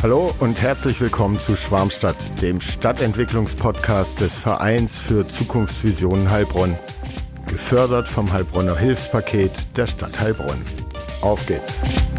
Hallo und herzlich willkommen zu Schwarmstadt, dem Stadtentwicklungspodcast des Vereins für Zukunftsvisionen Heilbronn. Gefördert vom Heilbronner Hilfspaket der Stadt Heilbronn. Auf geht's!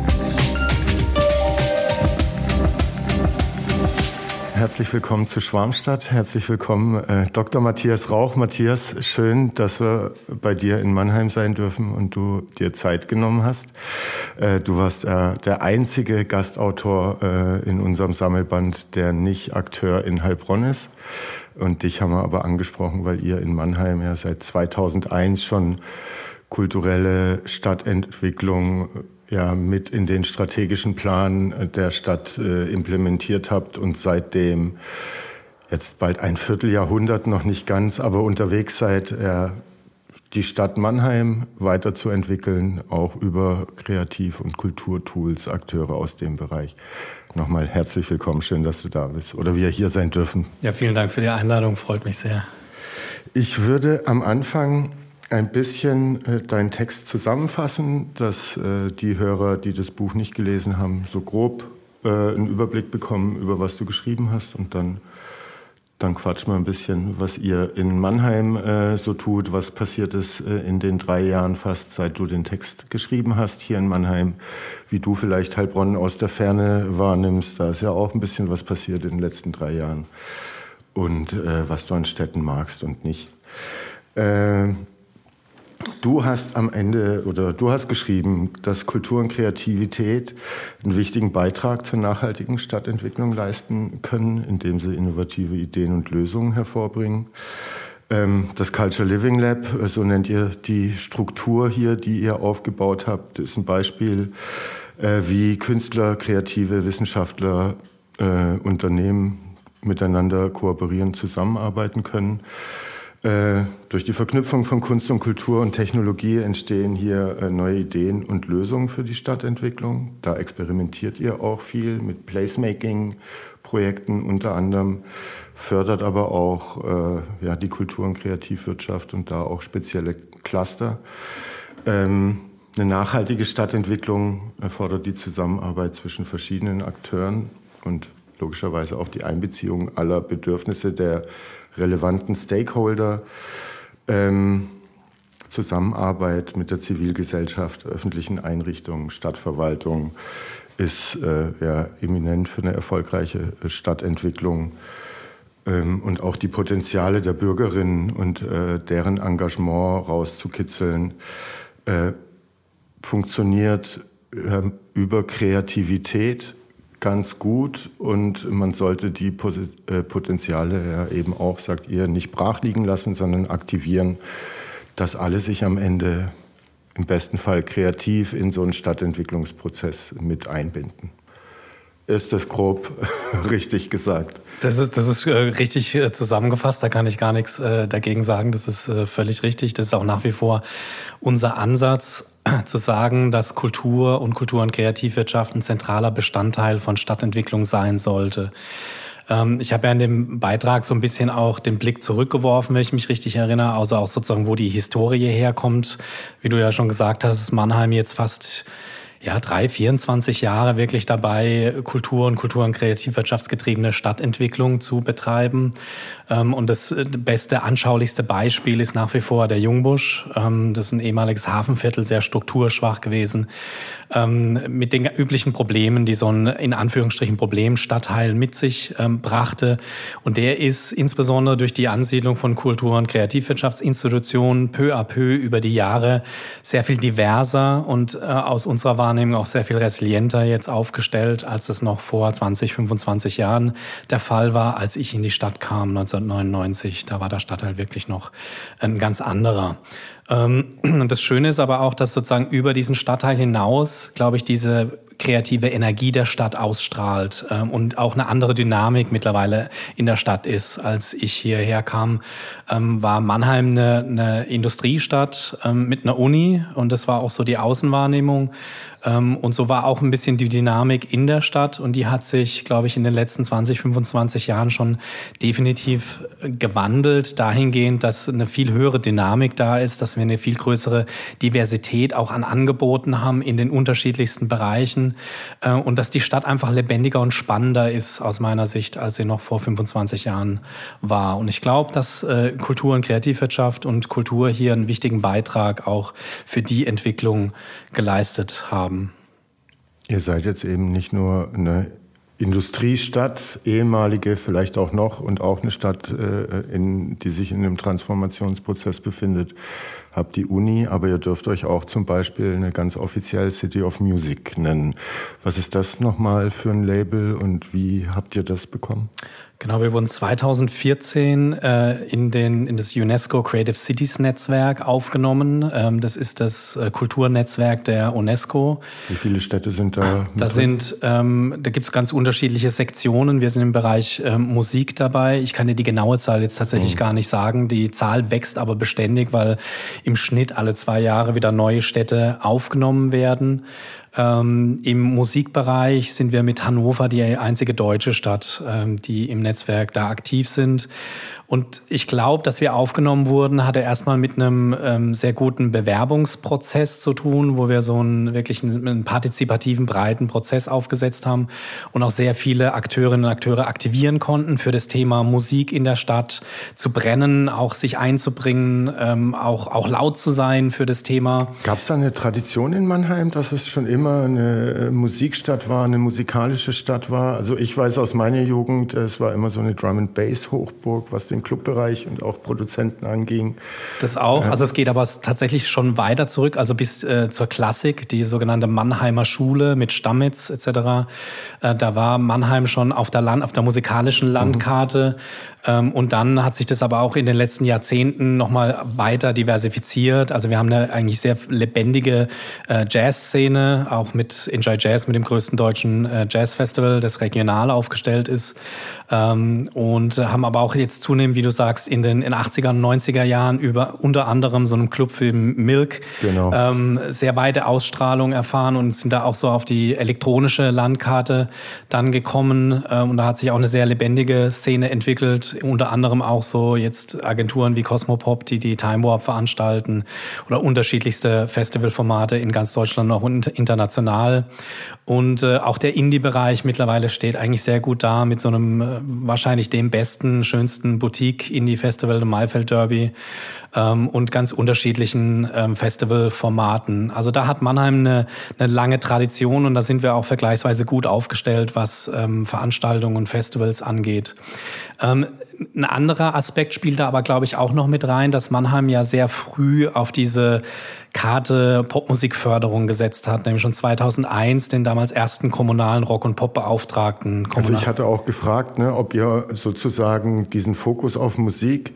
Herzlich willkommen zu Schwarmstadt. Herzlich willkommen, Dr. Matthias Rauch. Matthias, schön, dass wir bei dir in Mannheim sein dürfen und du dir Zeit genommen hast. Du warst der einzige Gastautor in unserem Sammelband, der nicht Akteur in Heilbronn ist. Und dich haben wir aber angesprochen, weil ihr in Mannheim ja seit 2001 schon kulturelle Stadtentwicklung mit in den strategischen Plan der Stadt implementiert habt und seitdem jetzt bald ein Vierteljahrhundert, noch nicht ganz, aber unterwegs seid, die Stadt Mannheim weiterzuentwickeln, auch über Kreativ- und Kulturtools, Akteure aus dem Bereich. Nochmal herzlich willkommen, schön, dass du da bist oder wir hier sein dürfen. Ja, vielen Dank für die Einladung, freut mich sehr. Ich würde am Anfang ein bisschen deinen Text zusammenfassen, dass die Hörer, die das Buch nicht gelesen haben, so grob einen Überblick bekommen, über was du geschrieben hast. Und dann quatschen wir ein bisschen, was ihr in Mannheim so tut, was passiert ist in den 3 Jahren fast, seit du den Text geschrieben hast hier in Mannheim, wie du vielleicht Heilbronn aus der Ferne wahrnimmst. Da ist ja auch ein bisschen was passiert in den letzten 3 Jahren. Und was du an Städten magst und nicht. Du hast am Ende du hast geschrieben, dass Kultur und Kreativität einen wichtigen Beitrag zur nachhaltigen Stadtentwicklung leisten können, indem sie innovative Ideen und Lösungen hervorbringen. Das Culture Living Lab, so nennt ihr die Struktur hier, die ihr aufgebaut habt, ist ein Beispiel, wie Künstler, Kreative, Wissenschaftler, Unternehmen miteinander kooperieren, zusammenarbeiten können. Durch die Verknüpfung von Kunst und Kultur und Technologie entstehen hier neue Ideen und Lösungen für die Stadtentwicklung. Da experimentiert ihr auch viel mit Placemaking-Projekten unter anderem, fördert aber auch die Kultur- und Kreativwirtschaft und da auch spezielle Cluster. Eine nachhaltige Stadtentwicklung erfordert die Zusammenarbeit zwischen verschiedenen Akteuren und logischerweise auch die Einbeziehung aller Bedürfnisse der relevanten Stakeholder, Zusammenarbeit mit der Zivilgesellschaft, öffentlichen Einrichtungen, Stadtverwaltung ist eminent für eine erfolgreiche Stadtentwicklung. Und auch die Potenziale der Bürgerinnen und deren Engagement rauszukitzeln, funktioniert über Kreativität ganz gut und man sollte die Potenziale eben auch, sagt ihr, nicht brach liegen lassen, sondern aktivieren, dass alle sich am Ende im besten Fall kreativ in so einen Stadtentwicklungsprozess mit einbinden. Ist das grob richtig gesagt? Das ist richtig zusammengefasst, da kann ich gar nichts dagegen sagen, das ist völlig richtig. Das ist auch nach wie vor unser Ansatz, zu sagen, dass Kultur und Kreativwirtschaft ein zentraler Bestandteil von Stadtentwicklung sein sollte. Ich habe ja in dem Beitrag so ein bisschen auch den Blick zurückgeworfen, wenn ich mich richtig erinnere, also auch sozusagen, wo die Historie herkommt. Wie du ja schon gesagt hast, ist Mannheim jetzt fast 24 Jahre wirklich dabei, Kultur und kreativwirtschaftsgetriebene Stadtentwicklung zu betreiben. Und das beste, anschaulichste Beispiel ist nach wie vor der Jungbusch. Das ist ein ehemaliges Hafenviertel, sehr strukturschwach gewesen, mit den üblichen Problemen, die so ein, in Anführungsstrichen, Problemstadtteil mit sich brachte. Und der ist insbesondere durch die Ansiedlung von Kultur- und Kreativwirtschaftsinstitutionen peu à peu über die Jahre sehr viel diverser und aus unserer Wahrnehmung auch sehr viel resilienter jetzt aufgestellt, als es noch vor 20, 25 Jahren der Fall war, als ich in die Stadt kam, 1999. Da war der Stadtteil wirklich noch ein ganz anderer. Und das Schöne ist aber auch, dass sozusagen über diesen Stadtteil hinaus, glaube ich, diese kreative Energie der Stadt ausstrahlt und auch eine andere Dynamik mittlerweile in der Stadt ist. Als ich hierher kam, war Mannheim eine Industriestadt mit einer Uni und das war auch so die Außenwahrnehmung. Und so war auch ein bisschen die Dynamik in der Stadt und die hat sich, glaube ich, in den letzten 20, 25 Jahren schon definitiv gewandelt, dahingehend, dass eine viel höhere Dynamik da ist, dass wir eine viel größere Diversität auch an Angeboten haben in den unterschiedlichsten Bereichen. und dass die Stadt einfach lebendiger und spannender ist aus meiner Sicht, als sie noch vor 25 Jahren war. Und ich glaube, dass Kultur und Kreativwirtschaft und Kultur hier einen wichtigen Beitrag auch für die Entwicklung geleistet haben. Ihr seid jetzt eben nicht nur eine Industriestadt, ehemalige vielleicht auch noch, und auch eine Stadt, die sich in einem Transformationsprozess befindet, habt die Uni, aber ihr dürft euch auch zum Beispiel eine ganz offiziell City of Music nennen. Was ist das nochmal für ein Label und wie habt ihr das bekommen? Genau, wir wurden 2014 in das UNESCO Creative Cities Netzwerk aufgenommen. Das ist das Kulturnetzwerk der UNESCO. Wie viele Städte sind da? Da gibt es ganz unterschiedliche Sektionen. Wir sind im Bereich Musik dabei. Ich kann dir die genaue Zahl jetzt tatsächlich gar nicht sagen. Die Zahl wächst aber beständig, weil im Schnitt alle 2 Jahre wieder neue Städte aufgenommen werden. Im Musikbereich sind wir mit Hannover die einzige deutsche Stadt, die im Netzwerk da aktiv sind. Und ich glaube, dass wir aufgenommen wurden, hatte erstmal mit einem sehr guten Bewerbungsprozess zu tun, wo wir so einen partizipativen, breiten Prozess aufgesetzt haben und auch sehr viele Akteurinnen und Akteure aktivieren konnten, für das Thema Musik in der Stadt zu brennen, auch sich einzubringen, auch laut zu sein für das Thema. Gab es da eine Tradition in Mannheim, dass es schon immer eine Musikstadt war, eine musikalische Stadt war? Also ich weiß aus meiner Jugend, es war immer so eine Drum-and-Bass-Hochburg, was den Clubbereich und auch Produzenten anging. Das auch. Also es geht aber tatsächlich schon weiter zurück, also bis zur Klassik, die sogenannte Mannheimer Schule mit Stammitz etc. Da war Mannheim schon auf der musikalischen Landkarte. Und dann hat sich das aber auch in den letzten Jahrzehnten nochmal weiter diversifiziert. Also wir haben eine eigentlich sehr lebendige Jazzszene, auch mit Enjoy Jazz, mit dem größten deutschen Jazzfestival, das regional aufgestellt ist. Und haben aber auch jetzt zunehmend, wie du sagst, in den 80er und 90er Jahren über unter anderem so einem Club wie Milk sehr weite Ausstrahlung erfahren und sind da auch so auf die elektronische Landkarte dann gekommen. Und da hat sich auch eine sehr lebendige Szene entwickelt. Unter anderem auch so jetzt Agenturen wie Cosmopop, die Time Warp veranstalten oder unterschiedlichste Festivalformate in ganz Deutschland auch international. Und auch der Indie-Bereich mittlerweile steht eigentlich sehr gut da mit so einem wahrscheinlich dem besten, schönsten Boutique-Indie-Festival, dem Maifeld Derby, und ganz unterschiedlichen Festivalformaten. Also da hat Mannheim eine lange Tradition und da sind wir auch vergleichsweise gut aufgestellt, was Veranstaltungen und Festivals angeht. Ein anderer Aspekt spielt da aber, glaube ich, auch noch mit rein, dass Mannheim ja sehr früh auf diese Karte Popmusikförderung gesetzt hat, nämlich schon 2001 den damals ersten kommunalen Rock- und Pop-Beauftragten. Also ich hatte auch gefragt, ob ihr sozusagen diesen Fokus auf Musik,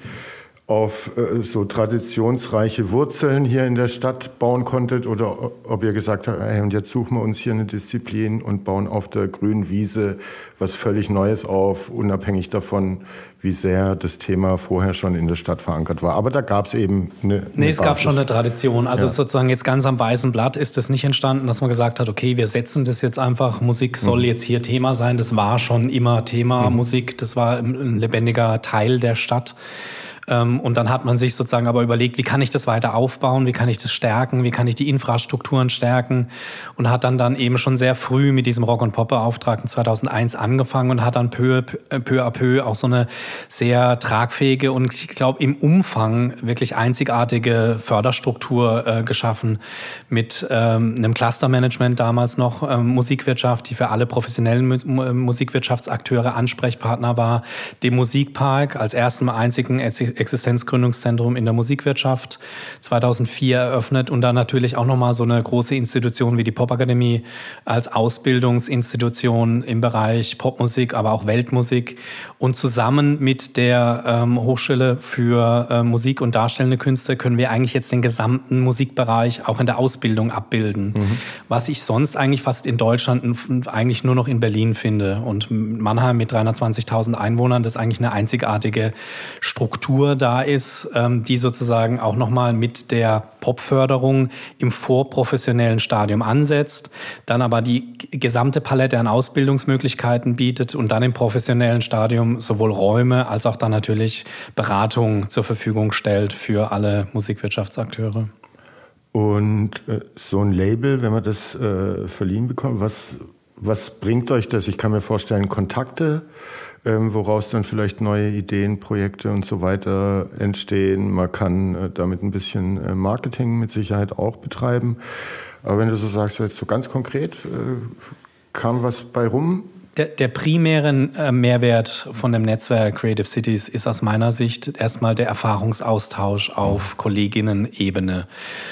auf so traditionsreiche Wurzeln hier in der Stadt bauen konntet oder ob ihr gesagt habt, hey, und jetzt suchen wir uns hier eine Disziplin und bauen auf der grünen Wiese was völlig Neues auf, unabhängig davon, wie sehr das Thema vorher schon in der Stadt verankert war. Aber da gab es eben eine es gab schon eine Tradition. Also sozusagen jetzt ganz am weißen Blatt ist das nicht entstanden, dass man gesagt hat, okay, wir setzen das jetzt einfach, Musik soll jetzt hier Thema sein. Das war schon immer Thema Musik, das war ein lebendiger Teil der Stadt. Und dann hat man sich sozusagen aber überlegt, wie kann ich das weiter aufbauen, wie kann ich das stärken, wie kann ich die Infrastrukturen stärken und hat dann eben schon sehr früh mit diesem Rock- und Pop-Beauftragten 2001 angefangen und hat dann peu à peu auch so eine sehr tragfähige und ich glaube im Umfang wirklich einzigartige Förderstruktur geschaffen mit einem Clustermanagement damals noch, Musikwirtschaft, die für alle professionellen Musikwirtschaftsakteure Ansprechpartner war, dem Musikpark als ersten einzigen Existenzgründungszentrum in der Musikwirtschaft 2004 eröffnet und dann natürlich auch nochmal so eine große Institution wie die Popakademie als Ausbildungsinstitution im Bereich Popmusik, aber auch Weltmusik und zusammen mit der Hochschule für Musik und darstellende Künste können wir eigentlich jetzt den gesamten Musikbereich auch in der Ausbildung abbilden, was ich sonst eigentlich fast in Deutschland eigentlich nur noch in Berlin finde und Mannheim mit 320.000 Einwohnern, das ist eigentlich eine einzigartige Struktur da ist, die sozusagen auch nochmal mit der Popförderung im vorprofessionellen Stadium ansetzt, dann aber die gesamte Palette an Ausbildungsmöglichkeiten bietet und dann im professionellen Stadium sowohl Räume als auch dann natürlich Beratung zur Verfügung stellt für alle Musikwirtschaftsakteure. Und so ein Label, wenn man das verliehen bekommt, was bringt euch das? Ich kann mir vorstellen, Kontakte, woraus dann vielleicht neue Ideen, Projekte und so weiter entstehen. Man kann damit ein bisschen Marketing mit Sicherheit auch betreiben. Aber wenn du so sagst, jetzt so ganz konkret, kam was bei rum? Der primäre Mehrwert von dem Netzwerk Creative Cities ist aus meiner Sicht erstmal der Erfahrungsaustausch auf Kolleginnen-Ebene.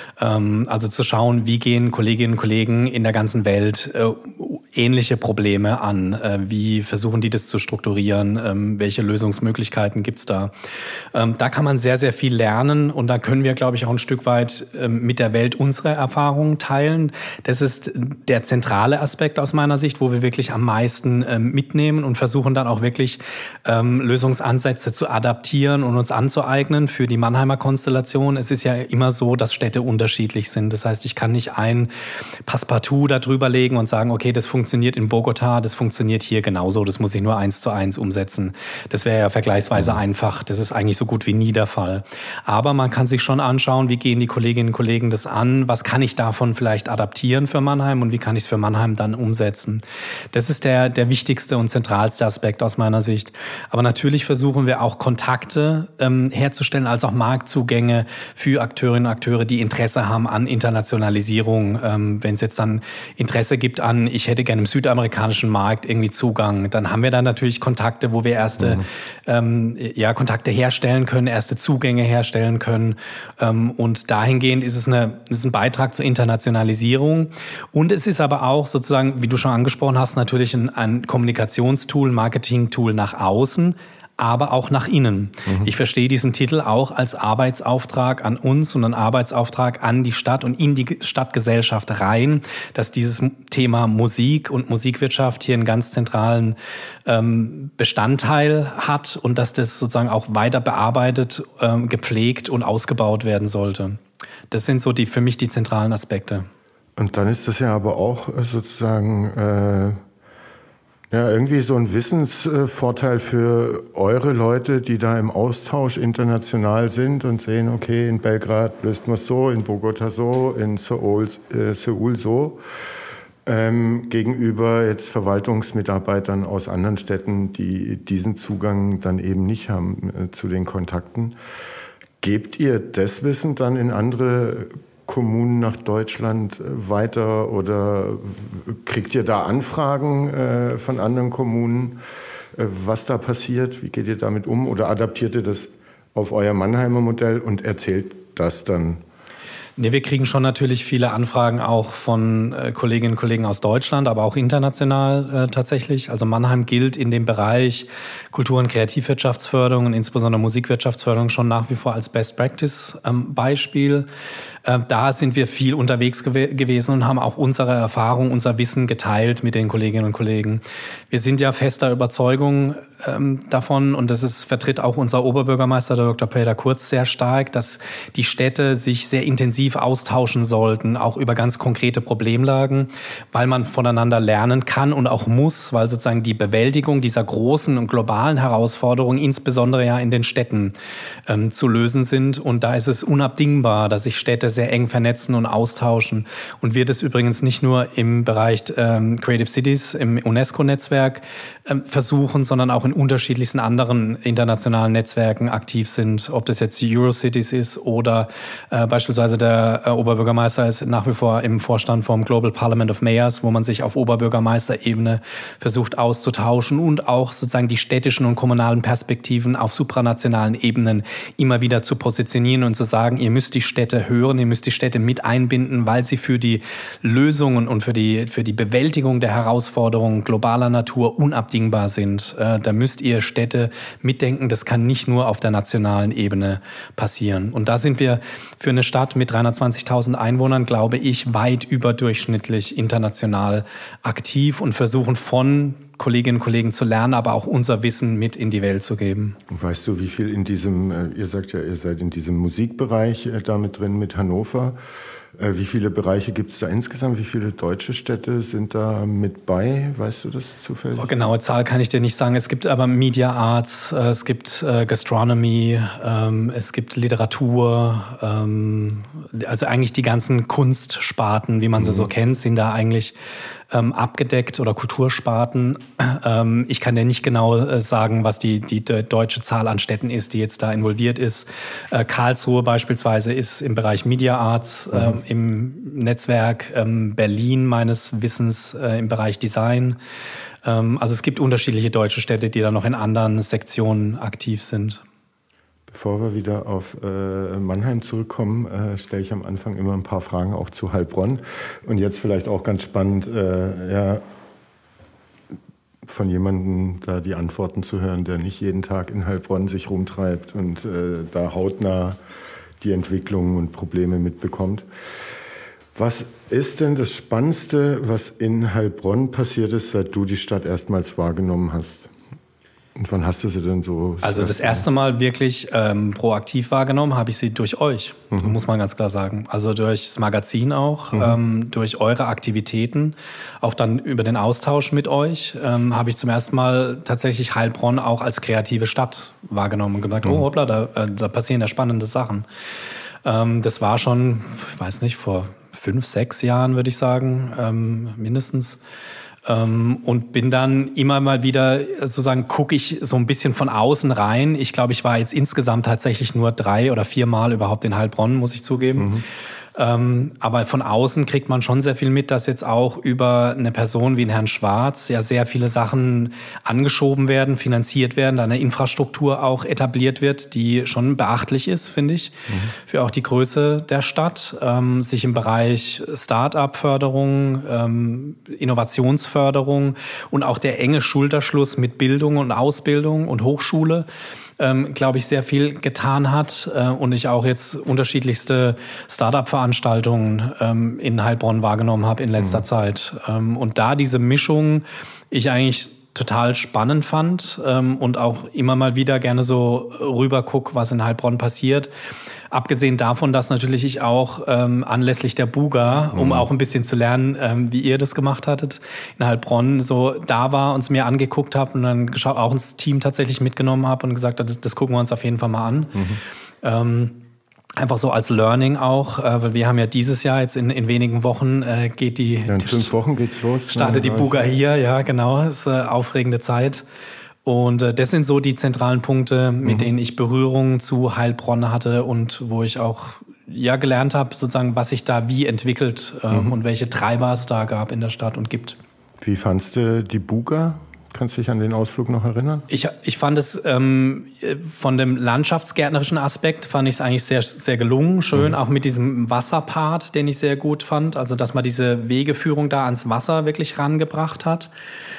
Also zu schauen, wie gehen Kolleginnen und Kollegen in der ganzen Welt ähnliche Probleme an? Wie versuchen die das zu strukturieren? Welche Lösungsmöglichkeiten gibt's da? Da kann man sehr, sehr viel lernen und da können wir, glaube ich, auch ein Stück weit mit der Welt unsere Erfahrungen teilen. Das ist der zentrale Aspekt aus meiner Sicht, wo wir wirklich am meisten mitnehmen und versuchen dann auch wirklich Lösungsansätze zu adaptieren und uns anzueignen für die Mannheimer Konstellation. Es ist ja immer so, dass Städte unterschiedlich sind. Das heißt, ich kann nicht ein Passepartout da drüber legen und sagen, okay, das funktioniert in Bogota, das funktioniert hier genauso, das muss ich nur 1:1 umsetzen. Das wäre ja vergleichsweise einfach. Das ist eigentlich so gut wie nie der Fall. Aber man kann sich schon anschauen, wie gehen die Kolleginnen und Kollegen das an, was kann ich davon vielleicht adaptieren für Mannheim und wie kann ich es für Mannheim dann umsetzen. Das ist der wichtigste und zentralste Aspekt aus meiner Sicht. Aber natürlich versuchen wir auch Kontakte herzustellen, als auch Marktzugänge für Akteurinnen und Akteure, die Interesse haben an Internationalisierung. Wenn es jetzt dann Interesse gibt an, ich hätte gerne im südamerikanischen Markt irgendwie Zugang, dann haben wir dann natürlich Kontakte, wo wir erste Kontakte herstellen können, erste Zugänge herstellen können. Und dahingehend ist es ein Beitrag zur Internationalisierung. Und es ist aber auch sozusagen, wie du schon angesprochen hast, natürlich ein Kommunikationstool, Marketing-Tool nach außen, aber auch nach innen. Ich verstehe diesen Titel auch als Arbeitsauftrag an uns und einen Arbeitsauftrag an die Stadt und in die Stadtgesellschaft rein, dass dieses Thema Musik und Musikwirtschaft hier einen ganz zentralen Bestandteil hat und dass das sozusagen auch weiter bearbeitet, gepflegt und ausgebaut werden sollte. Das sind so für mich die zentralen Aspekte. Und dann ist das ja aber auch sozusagen irgendwie so ein Wissensvorteil für eure Leute, die da im Austausch international sind und sehen, okay, in Belgrad löst man es so, in Bogota so, in Seoul so, gegenüber jetzt Verwaltungsmitarbeitern aus anderen Städten, die diesen Zugang dann eben nicht haben zu den Kontakten. Gebt ihr das Wissen dann in andere Kommunen nach Deutschland weiter oder kriegt ihr da Anfragen von anderen Kommunen, was da passiert? Wie geht ihr damit um? Oder adaptiert ihr das auf euer Mannheimer Modell und erzählt das dann? Nee, wir kriegen schon natürlich viele Anfragen auch von Kolleginnen und Kollegen aus Deutschland, aber auch international tatsächlich. Also Mannheim gilt in dem Bereich Kultur- und Kreativwirtschaftsförderung und insbesondere Musikwirtschaftsförderung schon nach wie vor als Best-Practice-Beispiel. Da sind wir viel unterwegs gewesen und haben auch unsere Erfahrung, unser Wissen geteilt mit den Kolleginnen und Kollegen. Wir sind ja fester Überzeugung davon und vertritt auch unser Oberbürgermeister, der Dr. Peter Kurz, sehr stark, dass die Städte sich sehr intensiv austauschen sollten, auch über ganz konkrete Problemlagen, weil man voneinander lernen kann und auch muss, weil sozusagen die Bewältigung dieser großen und globalen Herausforderungen, insbesondere ja in den Städten, zu lösen sind. Und da ist es unabdingbar, dass sich Städte sehr eng vernetzen und austauschen. Und wir das übrigens nicht nur im Bereich Creative Cities, im UNESCO-Netzwerk versuchen, sondern auch in unterschiedlichsten anderen internationalen Netzwerken aktiv sind. Ob das jetzt die Eurocities ist oder beispielsweise der Oberbürgermeister ist nach wie vor im Vorstand vom Global Parliament of Mayors, wo man sich auf Oberbürgermeisterebene versucht auszutauschen und auch sozusagen die städtischen und kommunalen Perspektiven auf supranationalen Ebenen immer wieder zu positionieren und zu sagen, ihr müsst die Städte hören, ihr müsst die Städte mit einbinden, weil sie für die Lösungen und für die Bewältigung der Herausforderungen globaler Natur unabdingbar sind. Da müsst ihr Städte mitdenken. Das kann nicht nur auf der nationalen Ebene passieren. Und da sind wir für eine Stadt mit 320.000 Einwohnern, glaube ich, weit überdurchschnittlich international aktiv und versuchen von Kolleginnen und Kollegen zu lernen, aber auch unser Wissen mit in die Welt zu geben. Weißt du, wie viel in diesem, ihr sagt ja, ihr seid in diesem Musikbereich da mit drin, mit Hannover. Wie viele Bereiche gibt es da insgesamt? Wie viele deutsche Städte sind da mit bei? Weißt du das zufällig? Genaue Zahl kann ich dir nicht sagen. Es gibt aber Media Arts, es gibt Gastronomy, es gibt Literatur. Also eigentlich die ganzen Kunstsparten, wie man sie so kennt, sind da eigentlich abgedeckt oder Kultursparten. Ich kann dir nicht genau sagen, was die deutsche Zahl an Städten ist, die jetzt da involviert ist. Karlsruhe beispielsweise ist im Bereich Media Arts, im Netzwerk, Berlin meines Wissens im Bereich Design. Also es gibt unterschiedliche deutsche Städte, die da noch in anderen Sektionen aktiv sind. Bevor wir wieder auf Mannheim zurückkommen, stelle ich am Anfang immer ein paar Fragen auch zu Heilbronn. Und jetzt vielleicht auch ganz spannend, von jemandem da die Antworten zu hören, der nicht jeden Tag in Heilbronn sich rumtreibt und da hautnah die Entwicklungen und Probleme mitbekommt. Was ist denn das Spannendste, was in Heilbronn passiert ist, seit du die Stadt erstmals wahrgenommen hast? Und wann hast du sie denn so? Also das erste Mal wirklich proaktiv wahrgenommen habe ich sie durch euch, muss man ganz klar sagen. Also durch das Magazin auch, durch eure Aktivitäten, auch dann über den Austausch mit euch, habe ich zum ersten Mal tatsächlich Heilbronn auch als kreative Stadt wahrgenommen und gesagt, oh hoppla, da passieren ja spannende Sachen. Das war schon, ich weiß nicht, vor 5, 6 Jahren, würde ich sagen, mindestens. Und bin dann immer mal wieder, sozusagen, gucke ich so ein bisschen von außen rein. Ich glaube, ich war jetzt insgesamt tatsächlich nur 3 oder 4 Mal überhaupt in Heilbronn, muss ich zugeben. Aber von außen kriegt man schon sehr viel mit, dass jetzt auch über eine Person wie den Herrn Schwarz ja sehr viele Sachen angeschoben werden, finanziert werden, da eine Infrastruktur auch etabliert wird, die schon beachtlich ist, finde ich, für auch die Größe der Stadt, sich im Bereich Start-up-Förderung, Innovationsförderung und auch der enge Schulterschluss mit Bildung und Ausbildung und Hochschule, glaube ich, sehr viel getan hat und ich auch jetzt unterschiedlichste Start-up-Veranstaltungen in Heilbronn wahrgenommen habe in letzter Zeit. Und da diese Mischung ich eigentlich total spannend fand und auch immer mal wieder gerne so rüber gucke, was in Heilbronn passiert. Abgesehen davon, dass natürlich ich auch anlässlich der Buga, um auch ein bisschen zu lernen, wie ihr das gemacht hattet, in Heilbronn so da war und es mir angeguckt habe und dann auch ins Team tatsächlich mitgenommen habe und gesagt habe, das gucken wir uns auf jeden Fall mal an. Einfach so als Learning auch, weil wir haben ja dieses Jahr jetzt in wenigen Wochen geht die... Ja, in 5 Wochen geht's los. Startet die Buga hier, ja genau, ist aufregende Zeit. Und das sind so die zentralen Punkte, mit denen ich Berührung zu Heilbronn hatte und wo ich auch gelernt habe, sozusagen, was sich da wie entwickelt und welche Treiber es da gab in der Stadt und gibt. Wie fandst du die Buga? Kannst du dich an den Ausflug noch erinnern? Ich fand es von dem landschaftsgärtnerischen Aspekt fand ich es eigentlich sehr, sehr gelungen, schön, auch mit diesem Wasserpart, den ich sehr gut fand. Also, dass man diese Wegeführung da ans Wasser wirklich rangebracht hat.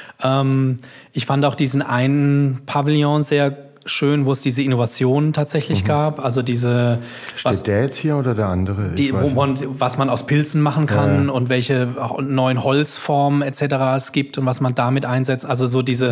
Ich fand auch diesen einen Pavillon sehr schön, wo es diese Innovationen tatsächlich gab. Also diese... Steht der jetzt hier oder der andere? Was man aus Pilzen machen kann und welche neuen Holzformen etc. es gibt und was man damit einsetzt. Also so diese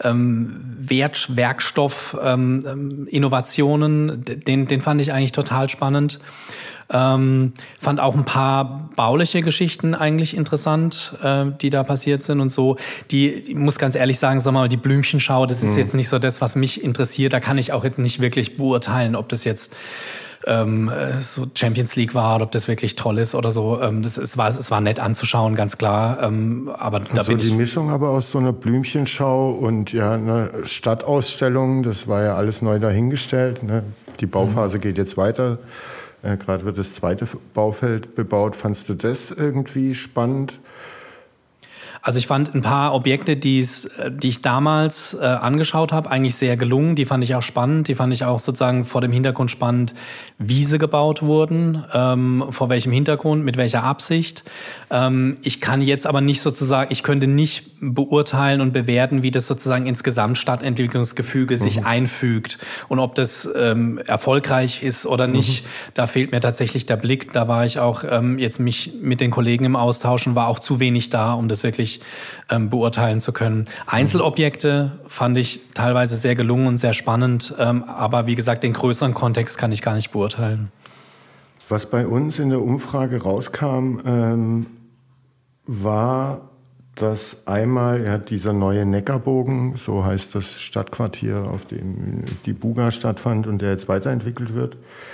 Werkstoff-Innovationen, den fand ich eigentlich total spannend. Fand auch ein paar bauliche Geschichten eigentlich interessant, die da passiert sind und so. Ich muss ganz ehrlich sagen, sag mal, die Blümchenschau, das ist jetzt nicht so das, was mich interessiert. Da kann ich auch jetzt nicht wirklich beurteilen, ob das jetzt so Champions League war oder ob das wirklich toll ist oder so. Es war nett anzuschauen, ganz klar. Aber da bin die Mischung aber aus so einer Blümchenschau und einer Stadtausstellung, das war ja alles neu dahingestellt. Ne? Die Bauphase geht jetzt weiter. Gerade wird das zweite Baufeld bebaut. Fandst du das irgendwie spannend? Also ich fand ein paar Objekte, die ich damals angeschaut habe, eigentlich sehr gelungen. Die fand ich auch spannend. Die fand ich auch sozusagen vor dem Hintergrund spannend, wie sie gebaut wurden, vor welchem Hintergrund, mit welcher Absicht. Ich kann jetzt aber nicht sozusagen, ich könnte nicht beurteilen und bewerten, wie das sozusagen ins Gesamtstadtentwicklungsgefüge sich einfügt und ob das erfolgreich ist oder nicht. Da fehlt mir tatsächlich der Blick. Da war ich auch jetzt mich mit den Kollegen im Austauschen, war auch zu wenig da, um das wirklich beurteilen zu können. Einzelobjekte fand ich teilweise sehr gelungen und sehr spannend, aber wie gesagt, den größeren Kontext kann ich gar nicht beurteilen. Was bei uns in der Umfrage rauskam, war, dass einmal dieser neue Neckarbogen, so heißt das Stadtquartier, auf dem die Buga stattfand und der jetzt weiterentwickelt wird,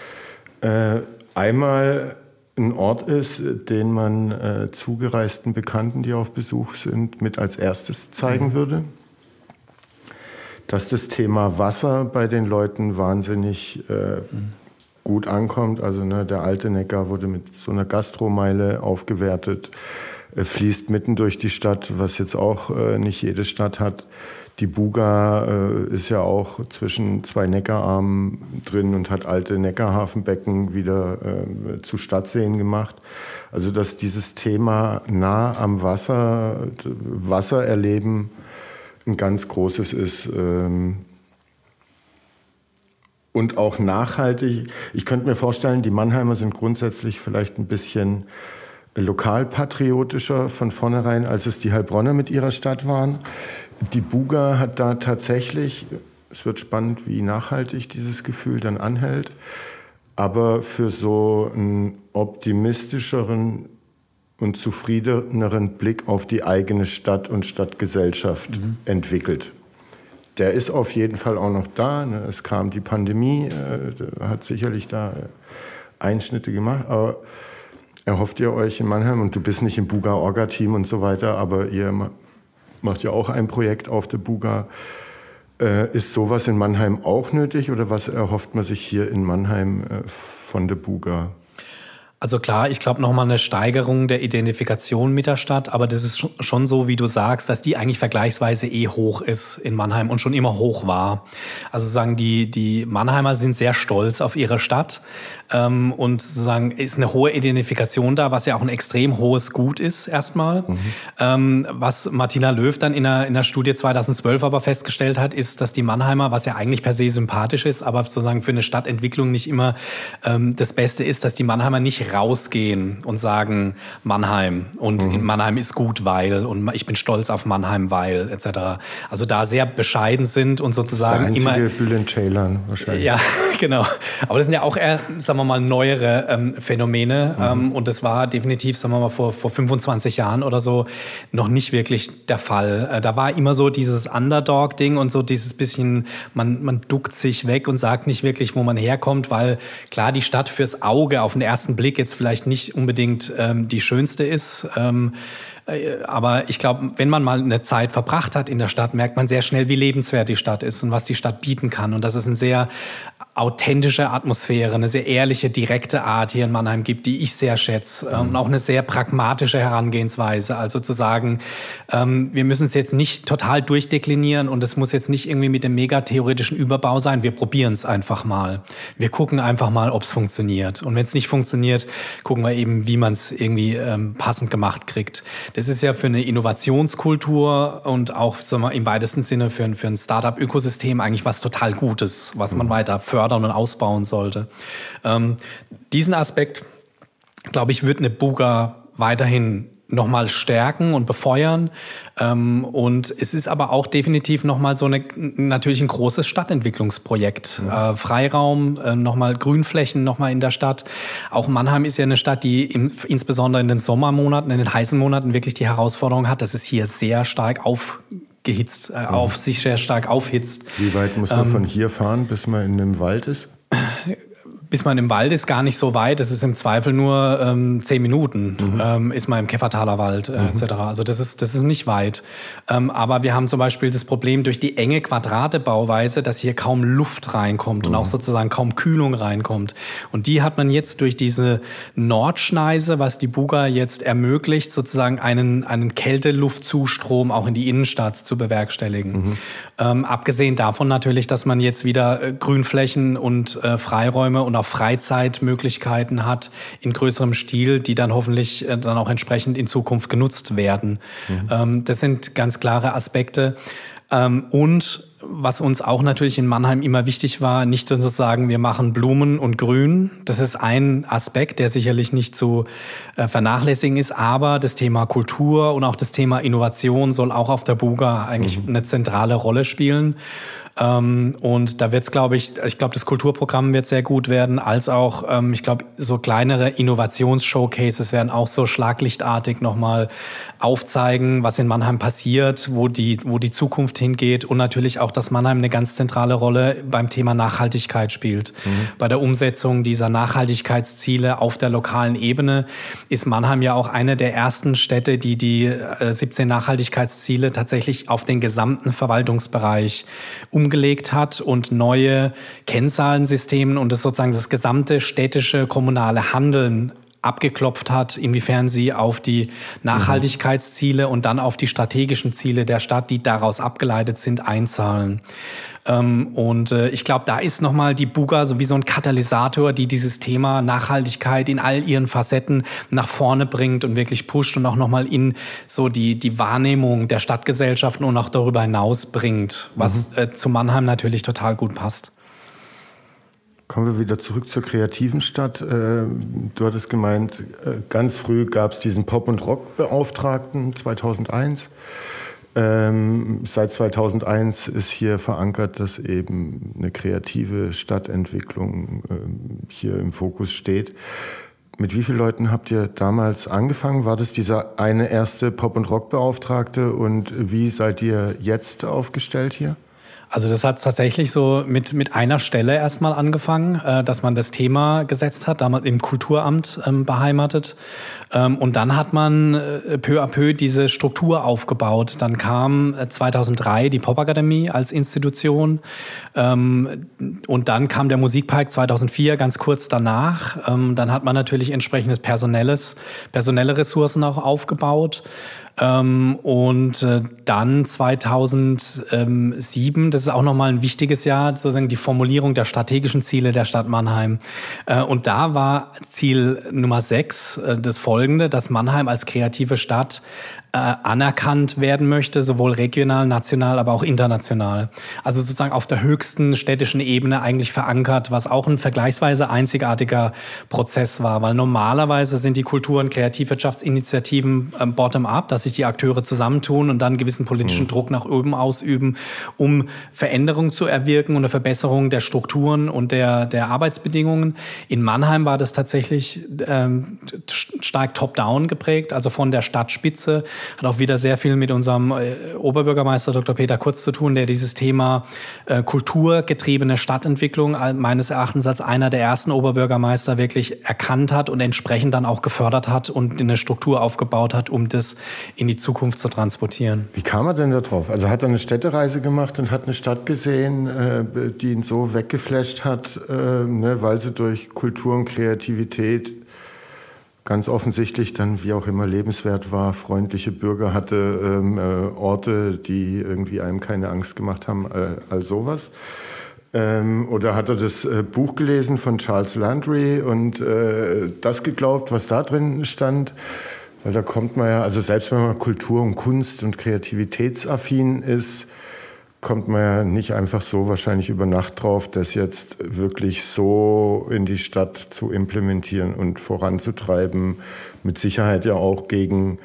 einmal ein Ort ist, den man zugereisten Bekannten, die auf Besuch sind, mit als erstes zeigen würde. Dass das Thema Wasser bei den Leuten wahnsinnig gut ankommt. Also der alte Neckar wurde mit so einer Gastromeile aufgewertet, fließt mitten durch die Stadt, was jetzt auch nicht jede Stadt hat. Die Buga ist ja auch zwischen zwei Neckararmen drin und hat alte Neckarhafenbecken wieder zu Stadtseen gemacht. Also dass dieses Thema nah am Wasser, Wasser erleben, ein ganz großes ist. Und auch nachhaltig. Ich könnte mir vorstellen, die Mannheimer sind grundsätzlich vielleicht ein bisschen lokalpatriotischer von vornherein, als es die Heilbronner mit ihrer Stadt waren. Die Buga hat da tatsächlich, es wird spannend, wie nachhaltig dieses Gefühl dann anhält, aber für so einen optimistischeren und zufriedeneren Blick auf die eigene Stadt und Stadtgesellschaft entwickelt. Der ist auf jeden Fall auch noch da. Es kam die Pandemie, hat sicherlich da Einschnitte gemacht. Aber erhofft ihr euch in Mannheim, und du bist nicht im Buga-Orga-Team und so weiter, aber ihr macht ja auch ein Projekt auf der Buga. Ist sowas in Mannheim auch nötig oder was erhofft man sich hier in Mannheim von der Buga? Also klar, ich glaube nochmal eine Steigerung der Identifikation mit der Stadt, aber das ist schon so, wie du sagst, dass die eigentlich vergleichsweise hoch ist in Mannheim und schon immer hoch war. Also sozusagen die Mannheimer sind sehr stolz auf ihre Stadt und sozusagen ist eine hohe Identifikation da, was ja auch ein extrem hohes Gut ist erstmal. Was Martina Löw dann in einer Studie 2012 aber festgestellt hat, ist, dass die Mannheimer, was ja eigentlich per se sympathisch ist, aber sozusagen für eine Stadtentwicklung nicht immer das Beste ist, dass die Mannheimer nicht rausgehen und sagen Mannheim und in Mannheim ist gut, weil und ich bin stolz auf Mannheim, weil etc. Also da sehr bescheiden sind und sozusagen das immer Bülent Ceylan wahrscheinlich. Ja, genau. Aber das sind ja auch eher, sagen wir mal, neuere Phänomene und das war definitiv, sagen wir mal, vor 25 Jahren oder so noch nicht wirklich der Fall. Da war immer so dieses Underdog-Ding und so dieses bisschen, man duckt sich weg und sagt nicht wirklich, wo man herkommt, weil klar die Stadt fürs Auge auf den ersten Blick jetzt vielleicht nicht unbedingt die schönste ist. Aber ich glaube, wenn man mal eine Zeit verbracht hat in der Stadt, merkt man sehr schnell, wie lebenswert die Stadt ist und was die Stadt bieten kann. Und dass es eine sehr authentische Atmosphäre, eine sehr ehrliche, direkte Art hier in Mannheim gibt, die ich sehr schätze. Und auch eine sehr pragmatische Herangehensweise. Also zu sagen, wir müssen es jetzt nicht total durchdeklinieren und es muss jetzt nicht irgendwie mit dem mega-theoretischen Überbau sein. Wir probieren es einfach mal. Wir gucken einfach mal, ob es funktioniert. Und wenn es nicht funktioniert, gucken wir eben, wie man es irgendwie passend gemacht kriegt. Das ist ja für eine Innovationskultur und auch, sagen wir, im weitesten Sinne für ein Startup-Ökosystem eigentlich was total Gutes, was man weiter fördern und ausbauen sollte. Diesen Aspekt, glaube ich, wird eine Buga weiterhin nochmal stärken und befeuern. Und es ist aber auch definitiv nochmal so natürlich ein großes Stadtentwicklungsprojekt. Freiraum, nochmal Grünflächen nochmal in der Stadt. Auch Mannheim ist ja eine Stadt, die insbesondere in den Sommermonaten, in den heißen Monaten wirklich die Herausforderung hat, dass es hier sehr stark sich sehr stark aufhitzt. Wie weit muss man von hier fahren, bis man in einem Wald ist? Bis man im Wald ist, gar nicht so weit. Das ist im Zweifel nur 10 Minuten, ist man im Käfertaler Wald etc. Also das ist nicht weit. Aber wir haben zum Beispiel das Problem durch die enge Quadrate-Bauweise, dass hier kaum Luft reinkommt und auch sozusagen kaum Kühlung reinkommt. Und die hat man jetzt durch diese Nordschneise, was die Buga jetzt ermöglicht, sozusagen einen Kälteluftzustrom auch in die Innenstadt zu bewerkstelligen. Abgesehen davon natürlich, dass man jetzt wieder Grünflächen und Freiräume und auch Freizeitmöglichkeiten hat in größerem Stil, die dann hoffentlich dann auch entsprechend in Zukunft genutzt werden. Das sind ganz klare Aspekte. Und was uns auch natürlich in Mannheim immer wichtig war, nicht nur zu sagen, wir machen Blumen und Grün. Das ist ein Aspekt, der sicherlich nicht zu vernachlässigen ist. Aber das Thema Kultur und auch das Thema Innovation soll auch auf der Buga eigentlich eine zentrale Rolle spielen. Und da wird's, glaube ich glaube, das Kulturprogramm wird sehr gut werden, als auch, ich glaube, so kleinere Innovationsshowcases werden auch so schlaglichtartig nochmal aufzeigen, was in Mannheim passiert, wo die Zukunft hingeht und natürlich auch, dass Mannheim eine ganz zentrale Rolle beim Thema Nachhaltigkeit spielt. Bei der Umsetzung dieser Nachhaltigkeitsziele auf der lokalen Ebene ist Mannheim ja auch eine der ersten Städte, die 17 Nachhaltigkeitsziele tatsächlich auf den gesamten Verwaltungsbereich umgelegt hat und neue Kennzahlensysteme und das gesamte städtische kommunale Handeln abgeklopft hat, inwiefern sie auf die Nachhaltigkeitsziele und dann auf die strategischen Ziele der Stadt, die daraus abgeleitet sind, einzahlen. Und ich glaube, da ist nochmal die Buga so wie so ein Katalysator, die dieses Thema Nachhaltigkeit in all ihren Facetten nach vorne bringt und wirklich pusht und auch nochmal in so die Wahrnehmung der Stadtgesellschaften und auch darüber hinaus bringt, was zu Mannheim natürlich total gut passt. Kommen wir wieder zurück zur kreativen Stadt. Du hattest gemeint, ganz früh gab es diesen Pop- und Rock-Beauftragten 2001. Seit 2001 ist hier verankert, dass eben eine kreative Stadtentwicklung hier im Fokus steht. Mit wie vielen Leuten habt ihr damals angefangen? War das dieser eine erste Pop- und Rock-Beauftragte? Und wie seid ihr jetzt aufgestellt hier? Also das hat tatsächlich so mit einer Stelle erstmal angefangen, dass man das Thema gesetzt hat, damals im Kulturamt beheimatet. Und dann hat man peu à peu diese Struktur aufgebaut. Dann kam 2003 die Popakademie als Institution. Und dann kam der Musikpark 2004 ganz kurz danach. Dann hat man natürlich entsprechendes personelle Ressourcen auch aufgebaut. Und dann 2007, das ist auch nochmal ein wichtiges Jahr, sozusagen die Formulierung der strategischen Ziele der Stadt Mannheim. Und da war Ziel Nummer 6 das folgende, dass Mannheim als kreative Stadt anerkannt werden möchte, sowohl regional, national, aber auch international. Also sozusagen auf der höchsten städtischen Ebene eigentlich verankert, was auch ein vergleichsweise einzigartiger Prozess war, weil normalerweise sind die Kultur- und Kreativwirtschaftsinitiativen bottom-up, dass sich die Akteure zusammentun und dann gewissen politischen Druck nach oben ausüben, um Veränderungen zu erwirken und eine Verbesserung der Strukturen und der Arbeitsbedingungen. In Mannheim war das tatsächlich stark top-down geprägt, also von der Stadtspitze. Hat auch wieder sehr viel mit unserem Oberbürgermeister Dr. Peter Kurz zu tun, der dieses Thema kulturgetriebene Stadtentwicklung meines Erachtens als einer der ersten Oberbürgermeister wirklich erkannt hat und entsprechend dann auch gefördert hat und eine Struktur aufgebaut hat, um das in die Zukunft zu transportieren. Wie kam er denn da drauf? Also hat er eine Städtereise gemacht und hat eine Stadt gesehen, die ihn so weggeflasht hat, weil sie durch Kultur und Kreativität ganz offensichtlich dann, wie auch immer, lebenswert war, freundliche Bürger hatte, Orte, die irgendwie einem keine Angst gemacht haben, all sowas. Oder hat er das Buch gelesen von Charles Landry und das geglaubt, was da drin stand? Weil da kommt man ja, also selbst wenn man Kultur und Kunst und kreativitätsaffin ist, kommt man ja nicht einfach so wahrscheinlich über Nacht drauf, das jetzt wirklich so in die Stadt zu implementieren und voranzutreiben. Mit Sicherheit ja auch gegen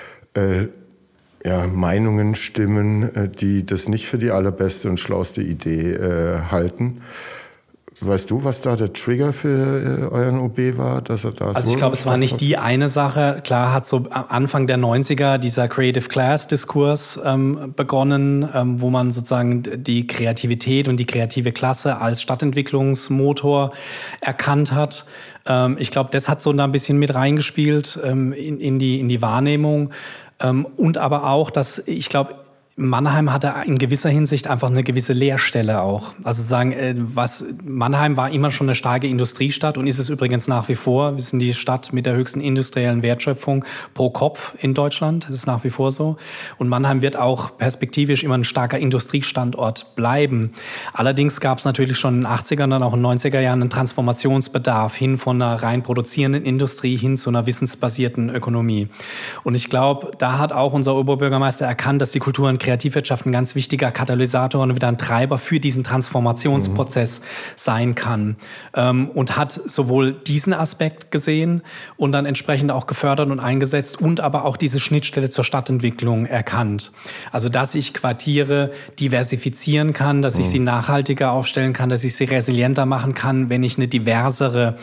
Meinungen stimmen, die das nicht für die allerbeste und schlauste Idee halten. Weißt du, was da der Trigger für euren OB war, dass er da Also ich glaube, es war nicht die eine Sache. Klar hat so Anfang der 90er dieser Creative Class Diskurs begonnen, wo man sozusagen die Kreativität und die kreative Klasse als Stadtentwicklungsmotor erkannt hat. Ich glaube, das hat so da ein bisschen mit reingespielt in die Wahrnehmung. Und aber auch, dass ich glaube, Mannheim hatte in gewisser Hinsicht einfach eine gewisse Leerstelle auch. Also Mannheim war immer schon eine starke Industriestadt und ist es übrigens nach wie vor. Wir sind die Stadt mit der höchsten industriellen Wertschöpfung pro Kopf in Deutschland. Das ist nach wie vor so. Und Mannheim wird auch perspektivisch immer ein starker Industriestandort bleiben. Allerdings gab es natürlich schon in den 80er und dann auch in den 90er Jahren einen Transformationsbedarf hin von einer rein produzierenden Industrie hin zu einer wissensbasierten Ökonomie. Und ich glaube, da hat auch unser Oberbürgermeister erkannt, dass die Kultur- und Kreativwirtschaft ein ganz wichtiger Katalysator und wieder ein Treiber für diesen Transformationsprozess sein kann. Und hat sowohl diesen Aspekt gesehen und dann entsprechend auch gefördert und eingesetzt und aber auch diese Schnittstelle zur Stadtentwicklung erkannt. Also dass ich Quartiere diversifizieren kann, dass ich sie nachhaltiger aufstellen kann, dass ich sie resilienter machen kann, wenn ich eine diversere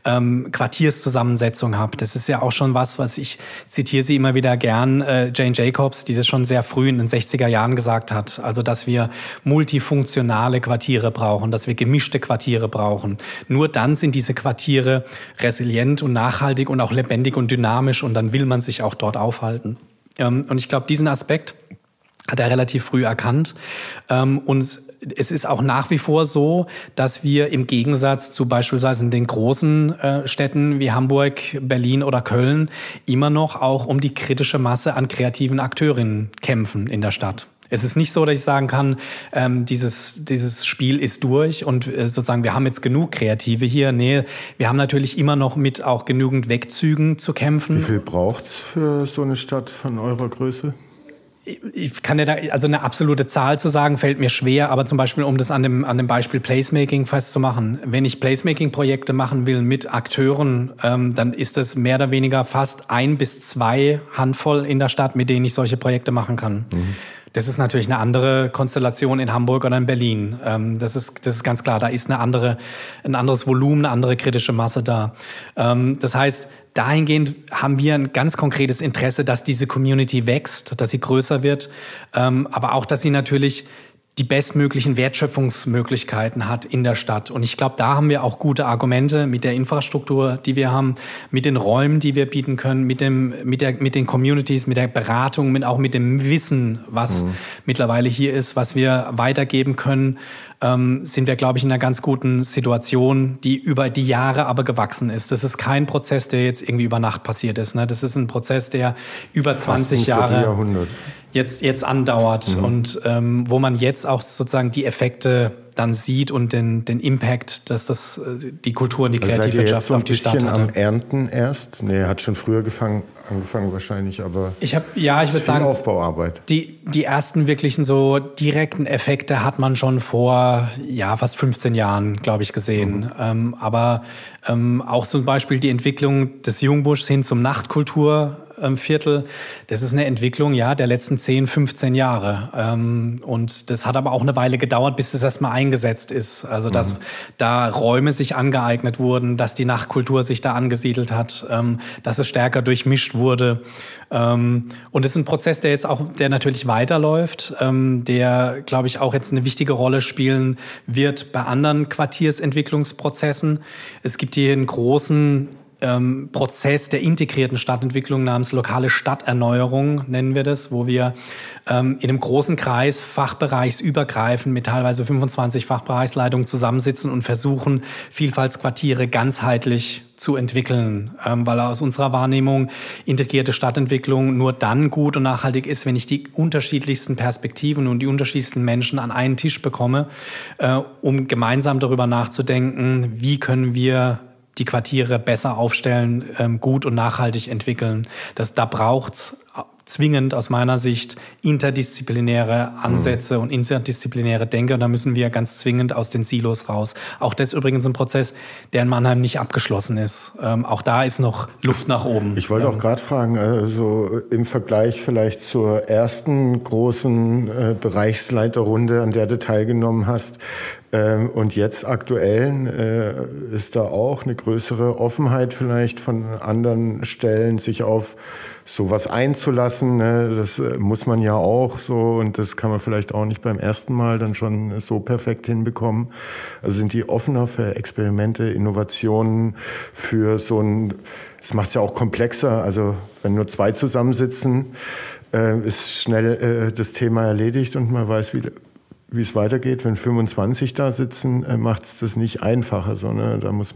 Quartierszusammensetzung habe. Das ist ja auch schon was ich zitiere sie immer wieder gern, Jane Jacobs, die das schon sehr früh in den 60er Jahren gesagt hat. Also, dass wir multifunktionale Quartiere brauchen, dass wir gemischte Quartiere brauchen. Nur dann sind diese Quartiere resilient und nachhaltig und auch lebendig und dynamisch und dann will man sich auch dort aufhalten. Und ich glaube, diesen Aspekt hat er relativ früh erkannt. Und es ist auch nach wie vor so, dass wir im Gegensatz zu beispielsweise in den großen Städten wie Hamburg, Berlin oder Köln immer noch auch um die kritische Masse an kreativen Akteurinnen kämpfen in der Stadt. Es ist nicht so, dass ich sagen kann, dieses Spiel ist durch und sozusagen wir haben jetzt genug Kreative hier. Nee, wir haben natürlich immer noch mit auch genügend Wegzügen zu kämpfen. Wie viel braucht's für so eine Stadt von eurer Größe? Ich kann ja da, also eine absolute Zahl zu sagen, fällt mir schwer, aber zum Beispiel, um das an dem Beispiel Placemaking festzumachen. Wenn ich Placemaking-Projekte machen will mit Akteuren, dann ist das mehr oder weniger fast 1 bis 2 Handvoll in der Stadt, mit denen ich solche Projekte machen kann. Das ist natürlich eine andere Konstellation in Hamburg oder in Berlin. Das ist ganz klar. Da ist ein anderes Volumen, eine andere kritische Masse da. Das heißt, dahingehend haben wir ein ganz konkretes Interesse, dass diese Community wächst, dass sie größer wird, aber auch, dass sie natürlich die bestmöglichen Wertschöpfungsmöglichkeiten hat in der Stadt. Und ich glaube, da haben wir auch gute Argumente mit der Infrastruktur, die wir haben, mit den Räumen, die wir bieten können, mit den Communities, mit der Beratung, auch mit dem Wissen, was mittlerweile hier ist, was wir weitergeben können, sind wir, glaube ich, in einer ganz guten Situation, die über die Jahre aber gewachsen ist. Das ist kein Prozess, der jetzt irgendwie über Nacht passiert ist. Ne? Das ist ein Prozess, der über 20 Jahre jetzt andauert und wo man jetzt auch sozusagen die Effekte dann sieht und den Impact, dass das die Kultur und die Kreativwirtschaft auf die Stadt hat. Seid ihr jetzt so ein bisschen am Ernten erst? Nee, hat schon früher angefangen wahrscheinlich, aber ich würde sagen, Aufbauarbeit. Die ersten wirklichen so direkten Effekte hat man schon vor fast 15 Jahren, glaube ich, gesehen. Aber auch zum Beispiel die Entwicklung des Jungbuschs hin zum Nachtkulturviertel, das ist eine Entwicklung der letzten 10, 15 Jahre. Und das hat aber auch eine Weile gedauert, bis das erstmal eingesetzt ist. Also dass da Räume sich angeeignet wurden, dass die Nachtkultur sich da angesiedelt hat, dass es stärker durchmischt wurde. Und es ist ein Prozess, der natürlich weiterläuft, der, glaube ich, auch jetzt eine wichtige Rolle spielen wird bei anderen Quartiersentwicklungsprozessen. Es gibt hier einen großen Prozess der integrierten Stadtentwicklung namens lokale Stadterneuerung, nennen wir das, wo wir in einem großen Kreis fachbereichsübergreifend mit teilweise 25 Fachbereichsleitungen zusammensitzen und versuchen, Vielfaltsquartiere ganzheitlich zu entwickeln, weil aus unserer Wahrnehmung integrierte Stadtentwicklung nur dann gut und nachhaltig ist, wenn ich die unterschiedlichsten Perspektiven und die unterschiedlichsten Menschen an einen Tisch bekomme, um gemeinsam darüber nachzudenken, wie können wir die Quartiere besser aufstellen, gut und nachhaltig entwickeln. Da braucht's zwingend aus meiner Sicht interdisziplinäre Ansätze und interdisziplinäre Denke. Und da müssen wir ganz zwingend aus den Silos raus. Auch das ist übrigens ein Prozess, der in Mannheim nicht abgeschlossen ist. Auch da ist noch Luft nach oben. Ich wollte auch gerade fragen, also im Vergleich vielleicht zur ersten großen Bereichsleiterrunde, an der du teilgenommen hast, und jetzt aktuell ist da auch eine größere Offenheit vielleicht von anderen Stellen, sich auf sowas einzulassen. Ne? Das muss man ja auch so und das kann man vielleicht auch nicht beim ersten Mal dann schon so perfekt hinbekommen. Also sind die offener für Experimente, Innovationen, für so ein, das macht es ja auch komplexer. Also wenn nur 2 zusammensitzen, ist schnell das Thema erledigt und man weiß, wie es weitergeht. Wenn 25 da sitzen, macht es das nicht einfacher. So, ne? Das muss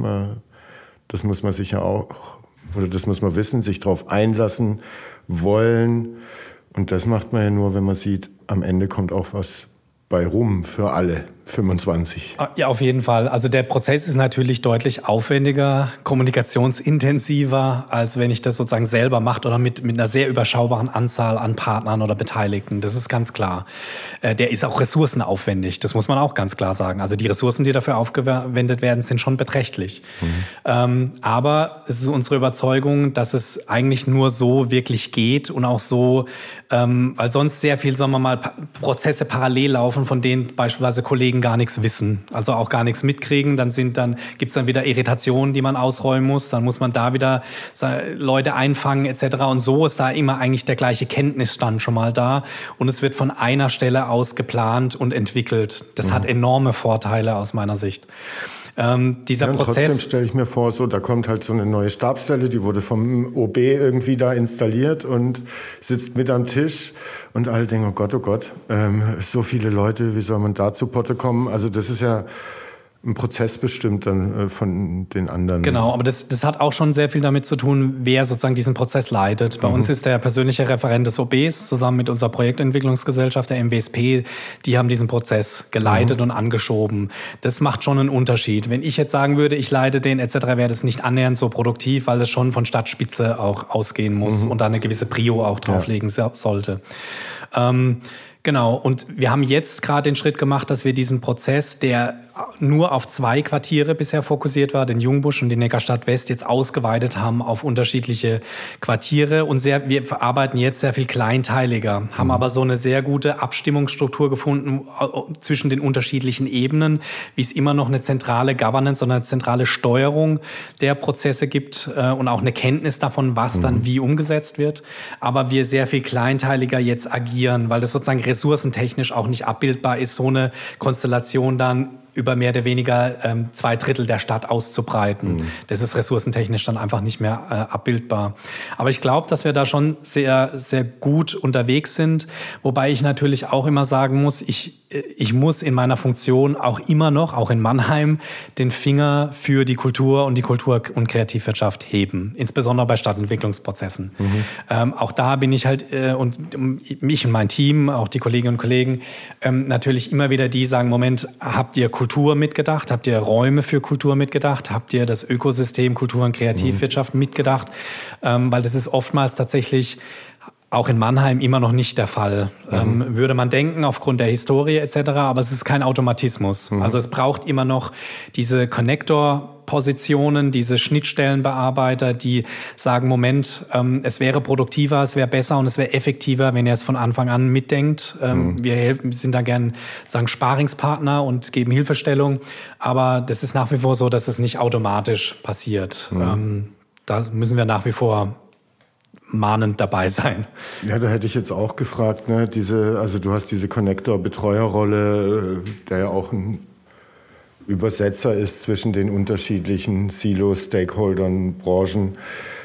man sicher auch, oder das muss man wissen, sich darauf einlassen wollen. Und das macht man ja nur, wenn man sieht, am Ende kommt auch was bei rum für alle. 25. Ja, auf jeden Fall. Also der Prozess ist natürlich deutlich aufwendiger, kommunikationsintensiver, als wenn ich das sozusagen selber mache oder mit einer sehr überschaubaren Anzahl an Partnern oder Beteiligten. Das ist ganz klar. Der ist auch ressourcenaufwendig. Das muss man auch ganz klar sagen. Also die Ressourcen, die dafür aufgewendet werden, sind schon beträchtlich. Aber es ist unsere Überzeugung, dass es eigentlich nur so wirklich geht und auch so, weil sonst sehr viel, sagen wir mal, Prozesse parallel laufen, von denen beispielsweise Kollegen gar nichts wissen, also auch gar nichts mitkriegen. Dann gibt's dann wieder Irritationen, die man ausräumen muss. Dann muss man da wieder Leute einfangen etc. Und so ist da immer eigentlich der gleiche Kenntnisstand schon mal da. Und es wird von einer Stelle aus geplant und entwickelt. Das hat enorme Vorteile aus meiner Sicht. Dieser Prozess. Trotzdem stelle ich mir vor, so da kommt halt so eine neue Stabsstelle, die wurde vom OB irgendwie da installiert und sitzt mit am Tisch und alle denken, oh Gott, so viele Leute, wie soll man da zu Potte kommen? Also das ist ja ein Prozess bestimmt dann von den anderen. Genau, aber das hat auch schon sehr viel damit zu tun, wer sozusagen diesen Prozess leitet. Bei uns ist der persönliche Referent des OBs zusammen mit unserer Projektentwicklungsgesellschaft, der MWSP, die haben diesen Prozess geleitet und angeschoben. Das macht schon einen Unterschied. Wenn ich jetzt sagen würde, ich leite den etc., wäre das nicht annähernd so produktiv, weil es schon von Stadtspitze auch ausgehen muss und da eine gewisse Prio auch drauflegen sollte. Genau, und wir haben jetzt gerade den Schritt gemacht, dass wir diesen Prozess, der nur auf 2 Quartiere bisher fokussiert war, den Jungbusch und die Neckarstadt West, jetzt ausgeweitet haben auf unterschiedliche Quartiere. Und wir verarbeiten jetzt sehr viel kleinteiliger, haben aber so eine sehr gute Abstimmungsstruktur gefunden zwischen den unterschiedlichen Ebenen, wie es immer noch eine zentrale Governance und eine zentrale Steuerung der Prozesse gibt und auch eine Kenntnis davon, was dann wie umgesetzt wird. Aber wir sehr viel kleinteiliger jetzt agieren, weil das sozusagen ressourcentechnisch auch nicht abbildbar ist, so eine Konstellation dann über mehr oder weniger 2/3 der Stadt auszubreiten. Das ist ressourcentechnisch dann einfach nicht mehr abbildbar. Aber ich glaube, dass wir da schon sehr, sehr gut unterwegs sind. Wobei ich natürlich auch immer sagen muss, ich muss in meiner Funktion auch immer noch, auch in Mannheim, den Finger für die Kultur und und Kreativwirtschaft heben. Insbesondere bei Stadtentwicklungsprozessen. Auch da bin ich halt, und mich und mein Team, auch die Kolleginnen und Kollegen, natürlich immer wieder die sagen, Moment, habt ihr Kultur mitgedacht? Habt ihr Räume für Kultur mitgedacht? Habt ihr das Ökosystem Kultur und Kreativwirtschaft mitgedacht? Weil das ist oftmals tatsächlich auch in Mannheim immer noch nicht der Fall. Würde man denken, aufgrund der Historie etc., aber es ist kein Automatismus. Also es braucht immer noch diese Connector-Positionen, diese Schnittstellenbearbeiter, die sagen, Moment, es wäre produktiver, es wäre besser und es wäre effektiver, wenn ihr es von Anfang an mitdenkt. Wir sind da gern sagen Sparingspartner und geben Hilfestellung, aber das ist nach wie vor so, dass es nicht automatisch passiert. Da müssen wir nach wie vor mahnend dabei sein. Ja, da hätte ich jetzt auch gefragt, ne, also du hast diese Connector-Betreuerrolle, der ja auch ein Übersetzer ist zwischen den unterschiedlichen Silos, Stakeholdern, Branchen,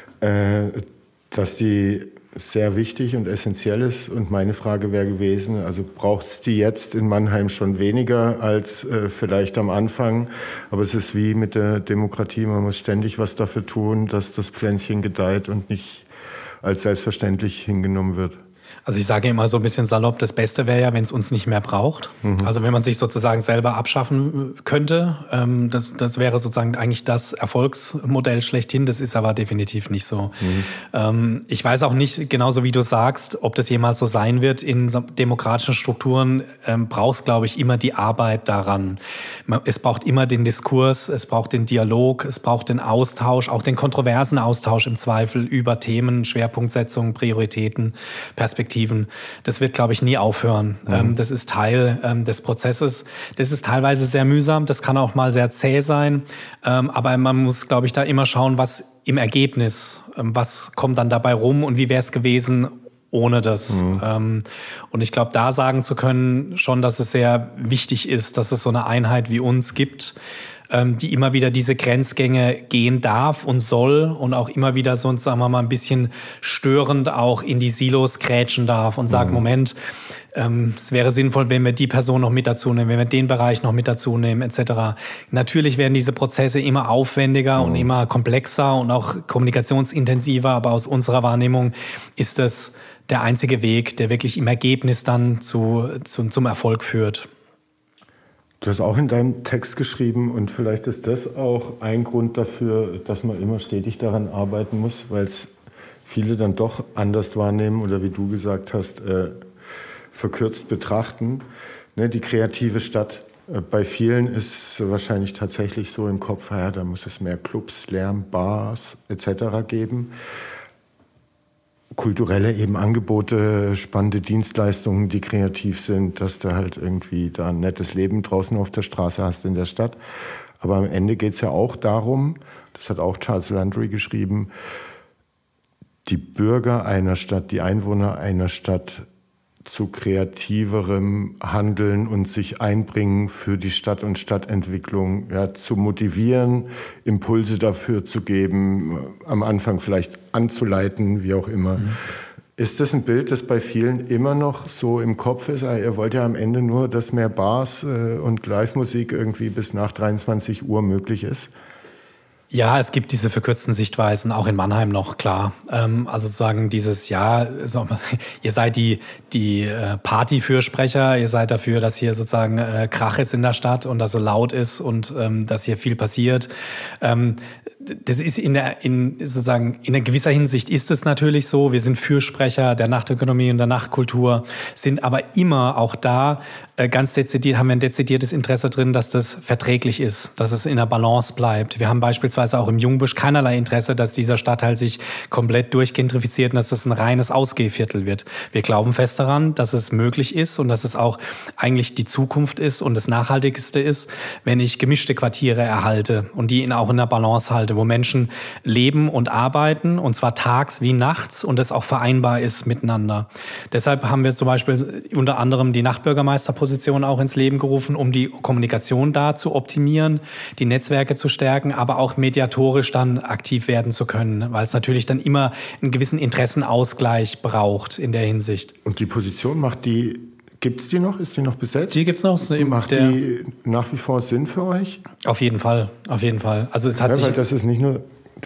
dass die sehr wichtig und essentiell ist. Und meine Frage wäre gewesen, also braucht es die jetzt in Mannheim schon weniger als vielleicht am Anfang? Aber es ist wie mit der Demokratie, man muss ständig was dafür tun, dass das Pflänzchen gedeiht und nicht als selbstverständlich hingenommen wird. Also ich sage immer so ein bisschen salopp, das Beste wäre ja, wenn es uns nicht mehr braucht. Also wenn man sich sozusagen selber abschaffen könnte, das wäre sozusagen eigentlich das Erfolgsmodell schlechthin. Das ist aber definitiv nicht so. Ich weiß auch nicht, genauso wie du sagst, ob das jemals so sein wird. In demokratischen Strukturen braucht es, glaube ich, immer die Arbeit daran. Es braucht immer den Diskurs, es braucht den Dialog, es braucht den Austausch, auch den kontroversen Austausch im Zweifel über Themen, Schwerpunktsetzungen, Prioritäten, Perspektiven. Das wird, glaube ich, nie aufhören. Das ist Teil des Prozesses. Das ist teilweise sehr mühsam, das kann auch mal sehr zäh sein. Aber man muss, glaube ich, da immer schauen, was im Ergebnis, was kommt dann dabei rum und wie wäre es gewesen ohne das. Und ich glaube, da sagen zu können schon, dass es sehr wichtig ist, dass es so eine Einheit wie uns gibt, die immer wieder diese Grenzgänge gehen darf und soll und auch immer wieder sonst, sagen wir mal, ein bisschen störend auch in die Silos grätschen darf und sagt, Moment, es wäre sinnvoll, wenn wir die Person noch mit dazu nehmen, wenn wir den Bereich noch mit dazu nehmen, etc. Natürlich werden diese Prozesse immer aufwendiger und immer komplexer und auch kommunikationsintensiver, aber aus unserer Wahrnehmung ist das der einzige Weg, der wirklich im Ergebnis dann zum Erfolg führt. Du hast auch in deinem Text geschrieben, und vielleicht ist das auch ein Grund dafür, dass man immer stetig daran arbeiten muss, weil es viele dann doch anders wahrnehmen oder, wie du gesagt hast, verkürzt betrachten. Ne, die kreative Stadt, bei vielen ist wahrscheinlich tatsächlich so im Kopf, ja, da muss es mehr Clubs, Lärm, Bars etc. geben. Kulturelle eben Angebote, spannende Dienstleistungen, die kreativ sind, dass du halt irgendwie da ein nettes Leben draußen auf der Straße hast in der Stadt. Aber am Ende geht es ja auch darum, das hat auch Charles Landry geschrieben, die Bürger einer Stadt, die Einwohner einer Stadt zu kreativerem Handeln und sich einbringen für die Stadt und Stadtentwicklung, ja, zu motivieren, Impulse dafür zu geben, am Anfang vielleicht anzuleiten, wie auch immer. Mhm. Ist das ein Bild, das bei vielen immer noch so im Kopf ist? Ihr wollt ja am Ende nur, dass mehr Bars und Live-Musik irgendwie bis nach 23 Uhr möglich ist? Ja, es gibt diese verkürzten Sichtweisen, auch in Mannheim noch, klar. Also sozusagen dieses, ja, so, ihr seid die Partyfürsprecher, ihr seid dafür, dass hier sozusagen Krach ist in der Stadt und dass so laut ist und dass hier viel passiert. Das ist in gewisser Hinsicht ist es natürlich so. Wir sind Fürsprecher der Nachtökonomie und der Nachtkultur, sind aber immer auch da ganz dezidiert, haben wir ein dezidiertes Interesse drin, dass das verträglich ist, dass es in der Balance bleibt. Wir haben beispielsweise auch im Jungbusch keinerlei Interesse, dass dieser Stadtteil sich komplett durchgentrifiziert und dass es ein reines Ausgehviertel wird. Wir glauben fest daran, dass es möglich ist und dass es auch eigentlich die Zukunft ist und das Nachhaltigste ist, wenn ich gemischte Quartiere erhalte und die auch in der Balance halte, wo Menschen leben und arbeiten, und zwar tags wie nachts, und das auch vereinbar ist miteinander. Deshalb haben wir zum Beispiel unter anderem die Nachtbürgermeisterposition auch ins Leben gerufen, um die Kommunikation da zu optimieren, die Netzwerke zu stärken, aber auch mediatorisch dann aktiv werden zu können, weil es natürlich dann immer einen gewissen Interessenausgleich braucht in der Hinsicht. Und die Position gibt's die noch? Ist die noch besetzt? Die gibt's noch. Macht die nach wie vor Sinn für euch? Auf jeden Fall, auf jeden Fall. Also es hat weil das ist nicht nur,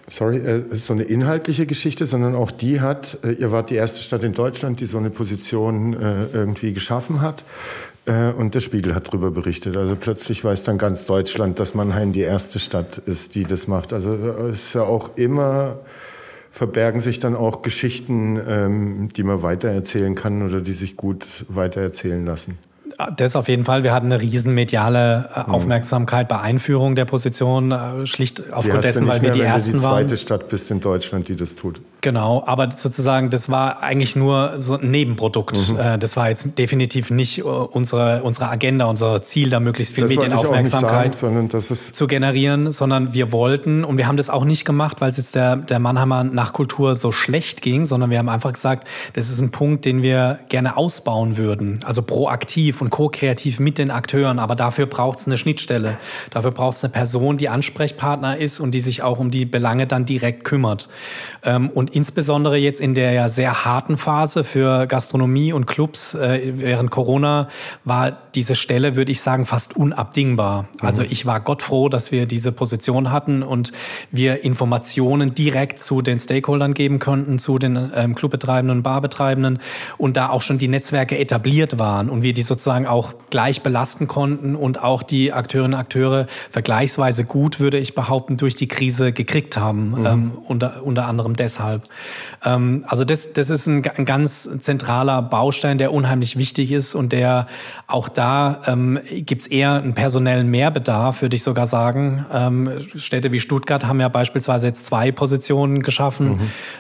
so eine inhaltliche Geschichte, sondern auch ihr wart die erste Stadt in Deutschland, die so eine Position irgendwie geschaffen hat. Und der Spiegel hat darüber berichtet. Also plötzlich weiß dann ganz Deutschland, dass Mannheim die erste Stadt ist, die das macht. Also es ist ja auch immer, verbergen sich dann auch Geschichten, die man weitererzählen kann oder die sich gut weitererzählen lassen. Das auf jeden Fall. Wir hatten eine riesen mediale Aufmerksamkeit bei Einführung der Position, schlicht aufgrund dessen, weil wir die Ersten waren. Wenn du die zweite Stadt bist in Deutschland, die das tut. Genau, aber sozusagen, das war eigentlich nur so ein Nebenprodukt. Das war jetzt definitiv nicht unsere Agenda, unser Ziel, da möglichst viel Medienaufmerksamkeit zu generieren, sondern wir wollten, und wir haben das auch nicht gemacht, weil es jetzt der Mannheimer Nachtkultur so schlecht ging, sondern wir haben einfach gesagt, das ist ein Punkt, den wir gerne ausbauen würden, also proaktiv und ko-kreativ mit den Akteuren, aber dafür braucht es eine Schnittstelle. Dafür braucht es eine Person, die Ansprechpartner ist und die sich auch um die Belange dann direkt kümmert. Und insbesondere jetzt in der ja sehr harten Phase für Gastronomie und Clubs während Corona war diese Stelle, würde ich sagen, fast unabdingbar. Also ich war gottfroh, dass wir diese Position hatten und wir Informationen direkt zu den Stakeholdern geben konnten, zu den Clubbetreibenden und Barbetreibenden, und da auch schon die Netzwerke etabliert waren und wir die sozusagen auch gleich belasten konnten und auch die Akteurinnen und Akteure vergleichsweise gut, würde ich behaupten, durch die Krise gekriegt haben, unter anderem deshalb. Also das ist ein ganz zentraler Baustein, der unheimlich wichtig ist und der auch da gibt's eher einen personellen Mehrbedarf, würde ich sogar sagen. Städte wie Stuttgart haben ja beispielsweise jetzt 2 Positionen geschaffen.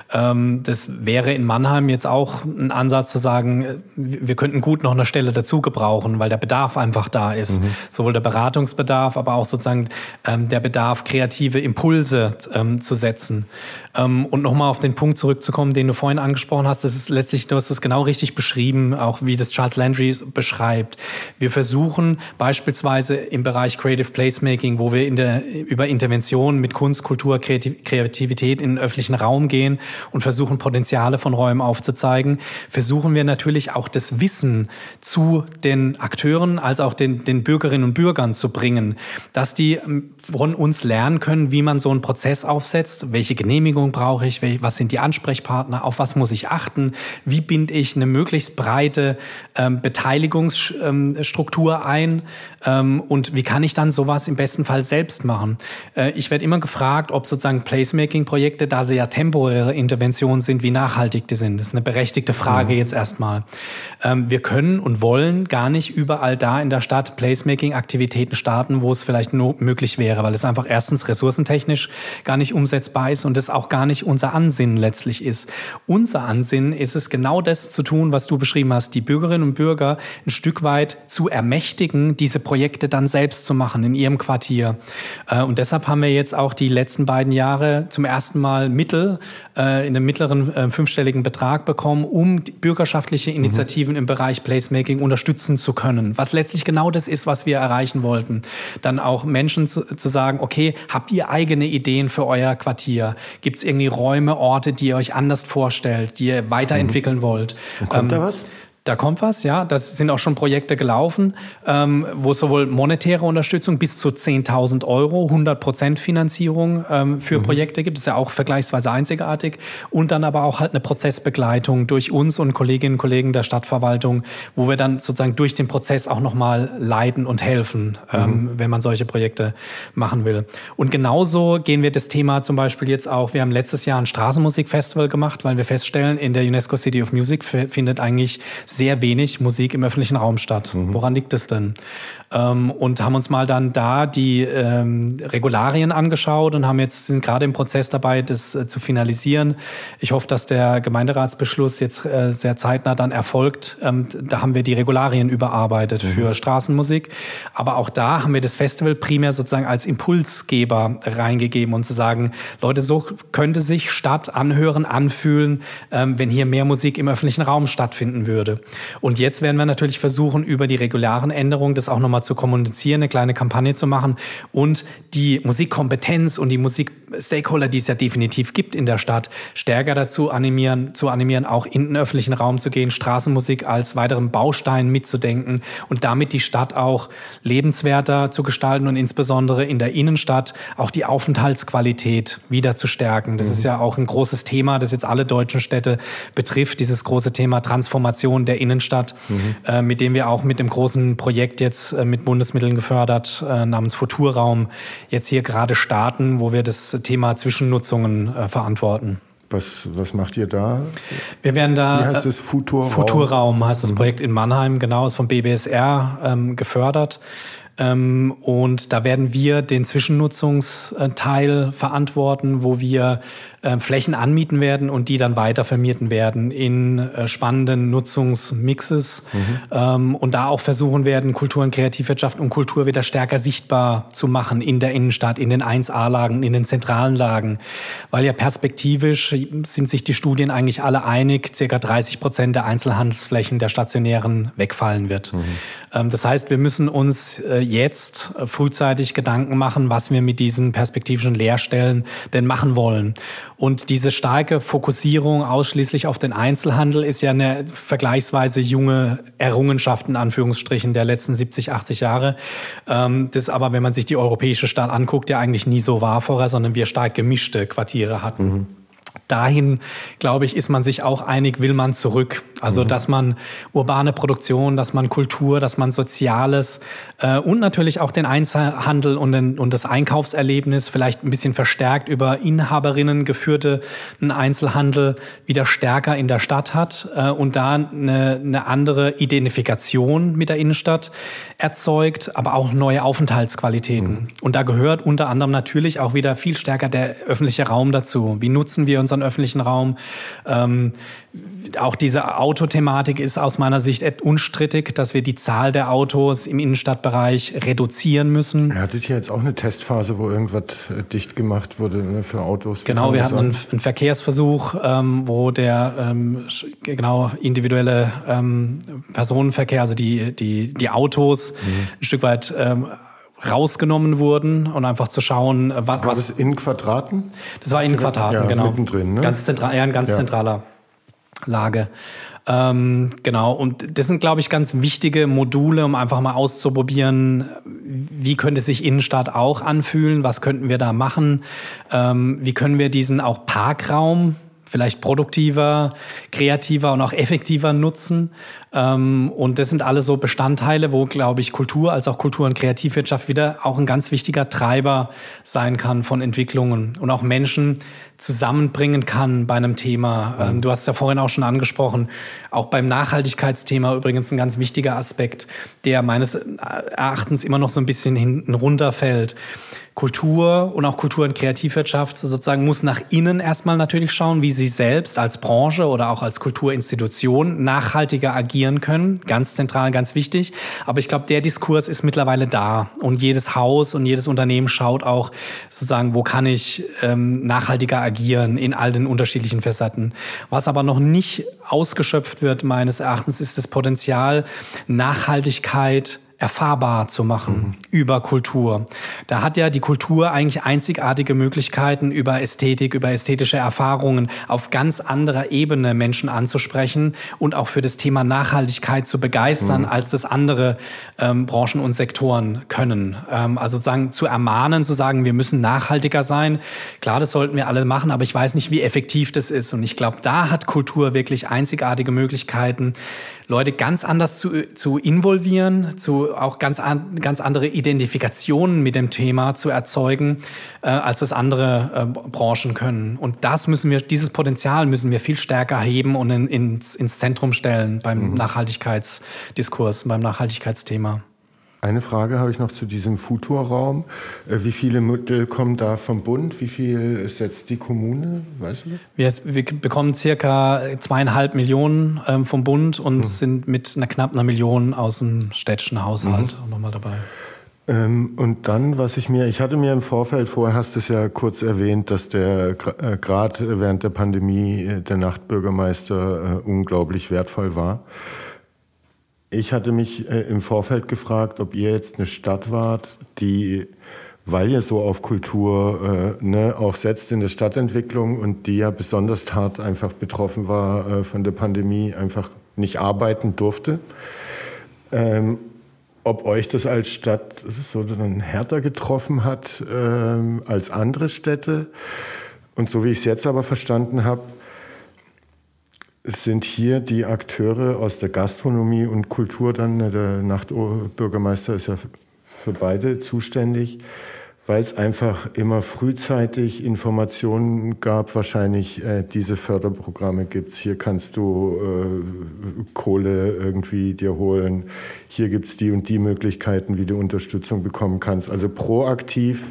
Das wäre in Mannheim jetzt auch ein Ansatz zu sagen, wir könnten gut noch eine Stelle dazu gebrauchen, weil der Bedarf einfach da ist. Sowohl der Beratungsbedarf, aber auch sozusagen der Bedarf, kreative Impulse zu setzen. Und nochmal auf den Punkt zurückzukommen, den du vorhin angesprochen hast, das ist letztlich, du hast es genau richtig beschrieben, auch wie das Charles Landry beschreibt. Wir versuchen beispielsweise im Bereich Creative Placemaking, wo wir über Interventionen mit Kunst, Kultur, Kreativität in den öffentlichen Raum gehen und versuchen, Potenziale von Räumen aufzuzeigen, versuchen wir natürlich auch das Wissen zu den Akteuren als auch den Bürgerinnen und Bürgern zu bringen, dass die von uns lernen können, wie man so einen Prozess aufsetzt, welche Genehmigung brauche ich, was sind die Ansprechpartner, auf was muss ich achten, wie binde ich eine möglichst breite Beteiligungsschale Struktur ein und wie kann ich dann sowas im besten Fall selbst machen? Ich werde immer gefragt, ob sozusagen Placemaking-Projekte, da sie ja temporäre Interventionen sind, wie nachhaltig die sind. Das ist eine berechtigte Frage jetzt erstmal. Wir können und wollen gar nicht überall da in der Stadt Placemaking-Aktivitäten starten, wo es vielleicht nur möglich wäre, weil es einfach erstens ressourcentechnisch gar nicht umsetzbar ist und es auch gar nicht unser Ansinnen letztlich ist. Unser Ansinnen ist es, genau das zu tun, was du beschrieben hast, die Bürgerinnen und Bürger ein Stück weit zu ermächtigen, diese Projekte dann selbst zu machen in ihrem Quartier. Und deshalb haben wir jetzt auch die letzten beiden Jahre zum ersten Mal Mittel in einem mittleren fünfstelligen Betrag bekommen, um bürgerschaftliche Initiativen im Bereich Placemaking unterstützen zu können. Was letztlich genau das ist, was wir erreichen wollten. Dann auch Menschen zu sagen, okay, habt ihr eigene Ideen für euer Quartier? Gibt es irgendwie Räume, Orte, die ihr euch anders vorstellt, die ihr weiterentwickeln wollt? Und kommt da was? Da kommt was, ja. Das sind auch schon Projekte gelaufen, wo sowohl monetäre Unterstützung bis zu 10.000 €, 100% Finanzierung für Projekte gibt. Das ist ja auch vergleichsweise einzigartig. Und dann aber auch halt eine Prozessbegleitung durch uns und Kolleginnen und Kollegen der Stadtverwaltung, wo wir dann sozusagen durch den Prozess auch nochmal leiten und helfen, wenn man solche Projekte machen will. Und genauso gehen wir das Thema zum Beispiel jetzt auch, wir haben letztes Jahr ein Straßenmusikfestival gemacht, weil wir feststellen, in der UNESCO City of Music findet eigentlich sehr wenig Musik im öffentlichen Raum statt. Woran liegt das denn? Und haben uns mal dann da die Regularien angeschaut und sind gerade im Prozess dabei, das zu finalisieren. Ich hoffe, dass der Gemeinderatsbeschluss jetzt sehr zeitnah dann erfolgt. Da haben wir die Regularien überarbeitet für Straßenmusik. Aber auch da haben wir das Festival primär sozusagen als Impulsgeber reingegeben und zu sagen, Leute, so könnte sich Stadt anhören, anfühlen, wenn hier mehr Musik im öffentlichen Raum stattfinden würde. Und jetzt werden wir natürlich versuchen, über die regularen Änderungen das auch nochmal zu kommunizieren, eine kleine Kampagne zu machen und die Musikkompetenz und die Musikstakeholder, die es ja definitiv gibt in der Stadt, stärker dazu animieren, auch in den öffentlichen Raum zu gehen, Straßenmusik als weiteren Baustein mitzudenken und damit die Stadt auch lebenswerter zu gestalten und insbesondere in der Innenstadt auch die Aufenthaltsqualität wieder zu stärken. Das ist ja auch ein großes Thema, das jetzt alle deutschen Städte betrifft, dieses große Thema Transformation der Innenstadt, mit dem wir auch mit dem großen Projekt jetzt mit Bundesmitteln gefördert, namens Futurraum, jetzt hier gerade starten, wo wir das Thema Zwischennutzungen verantworten. Was macht ihr da? Wir werden da. Wie heißt es? Futurraum? Futurraum heißt das Projekt in Mannheim, genau, ist vom BBSR gefördert. Und da werden wir den Zwischennutzungsteil verantworten, wo wir Flächen anmieten werden und die dann weiter vermieten werden in spannenden Nutzungsmixes und da auch versuchen werden, Kultur- und Kreativwirtschaft und Kultur wieder stärker sichtbar zu machen in der Innenstadt, in den 1A-Lagen, in den zentralen Lagen, weil ja perspektivisch sind sich die Studien eigentlich alle einig, ca. 30% der Einzelhandelsflächen der stationären wegfallen wird. Das heißt, wir müssen uns jetzt frühzeitig Gedanken machen, was wir mit diesen perspektivischen Leerstellen denn machen wollen. Und diese starke Fokussierung ausschließlich auf den Einzelhandel ist ja eine vergleichsweise junge Errungenschaft in Anführungsstrichen der letzten 70, 80 Jahre. Das aber, wenn man sich die europäische Stadt anguckt, ja eigentlich nie so war vorher, sondern wir stark gemischte Quartiere hatten. Dahin, glaube ich, ist man sich auch einig, will man zurück. Also, dass man urbane Produktion, dass man Kultur, dass man Soziales und natürlich auch den Einzelhandel und das Einkaufserlebnis vielleicht ein bisschen verstärkt über Inhaberinnen geführte Einzelhandel wieder stärker in der Stadt hat und da eine andere Identifikation mit der Innenstadt erzeugt, aber auch neue Aufenthaltsqualitäten. Und da gehört unter anderem natürlich auch wieder viel stärker der öffentliche Raum dazu. Wie nutzen wir unseren öffentlichen Raum? Auch diese Autothematik ist aus meiner Sicht unstrittig, dass wir die Zahl der Autos im Innenstadtbereich reduzieren müssen. Ihr hattet ja jetzt auch eine Testphase, wo irgendwas dicht gemacht wurde für Autos. Genau, wir hatten einen Verkehrsversuch, wo der individuelle Personenverkehr, also die Autos ein Stück weit rausgenommen wurden und einfach zu schauen, was... War das in Quadraten? Das war in Quadraten, ja, genau. Mittendrin, ne? Ganz zentraler Lage. Genau, und das sind, glaube ich, ganz wichtige Module, um einfach mal auszuprobieren, wie könnte sich Innenstadt auch anfühlen, was könnten wir da machen, wie können wir diesen auch Parkraum vielleicht produktiver, kreativer und auch effektiver nutzen. Und das sind alles so Bestandteile, wo, glaube ich, Kultur als auch Kultur- und Kreativwirtschaft wieder auch ein ganz wichtiger Treiber sein kann von Entwicklungen und auch Menschen zusammenbringen kann bei einem Thema. Du hast es ja vorhin auch schon angesprochen, auch beim Nachhaltigkeitsthema übrigens ein ganz wichtiger Aspekt, der meines Erachtens immer noch so ein bisschen hinten runterfällt. Kultur und auch Kultur- und Kreativwirtschaft sozusagen muss nach innen erstmal natürlich schauen, wie sie selbst als Branche oder auch als Kulturinstitution nachhaltiger agieren können. Ganz zentral, ganz wichtig. Aber ich glaube, der Diskurs ist mittlerweile da. Und jedes Haus und jedes Unternehmen schaut auch sozusagen, wo kann ich nachhaltiger agieren in all den unterschiedlichen Facetten. Was aber noch nicht ausgeschöpft wird, meines Erachtens, ist das Potenzial, Nachhaltigkeit erfahrbar zu machen über Kultur. Da hat ja die Kultur eigentlich einzigartige Möglichkeiten, über Ästhetik, über ästhetische Erfahrungen auf ganz anderer Ebene Menschen anzusprechen und auch für das Thema Nachhaltigkeit zu begeistern, als das andere Branchen und Sektoren können. Also sozusagen zu ermahnen, zu sagen, wir müssen nachhaltiger sein. Klar, das sollten wir alle machen, aber ich weiß nicht, wie effektiv das ist. Und ich glaube, da hat Kultur wirklich einzigartige Möglichkeiten, Leute ganz anders zu involvieren, auch ganz andere Identifikationen mit dem Thema zu erzeugen, als das andere Branchen können. Und dieses Potenzial müssen wir viel stärker heben und ins Zentrum stellen beim Nachhaltigkeitsdiskurs, beim Nachhaltigkeitsthema. Eine Frage habe ich noch zu diesem Futurraum. Wie viele Mittel kommen da vom Bund? Wie viel setzt die Kommune? Weißt du? Wir bekommen circa 2,5 Millionen vom Bund und sind mit knapp einer Million aus dem städtischen Haushalt auch nochmal dabei. Und dann, ich hatte mir im Vorfeld, vorher hast du es ja kurz erwähnt, dass gerade während der Pandemie der Nachtbürgermeister unglaublich wertvoll war. Ich hatte mich im Vorfeld gefragt, ob ihr jetzt eine Stadt wart, die, weil ihr so auf Kultur auch setzt in der Stadtentwicklung und die ja besonders hart einfach betroffen war von der Pandemie, einfach nicht arbeiten durfte. Ob euch das als Stadt so dann härter getroffen hat als andere Städte. Und so wie ich es jetzt aber verstanden habe, sind hier die Akteure aus der Gastronomie und Kultur dann, der Nachtbürgermeister ist ja für beide zuständig, weil es einfach immer frühzeitig Informationen gab, wahrscheinlich diese Förderprogramme gibt's. Hier kannst du Kohle irgendwie dir holen, hier gibt's die und die Möglichkeiten, wie du Unterstützung bekommen kannst. Also proaktiv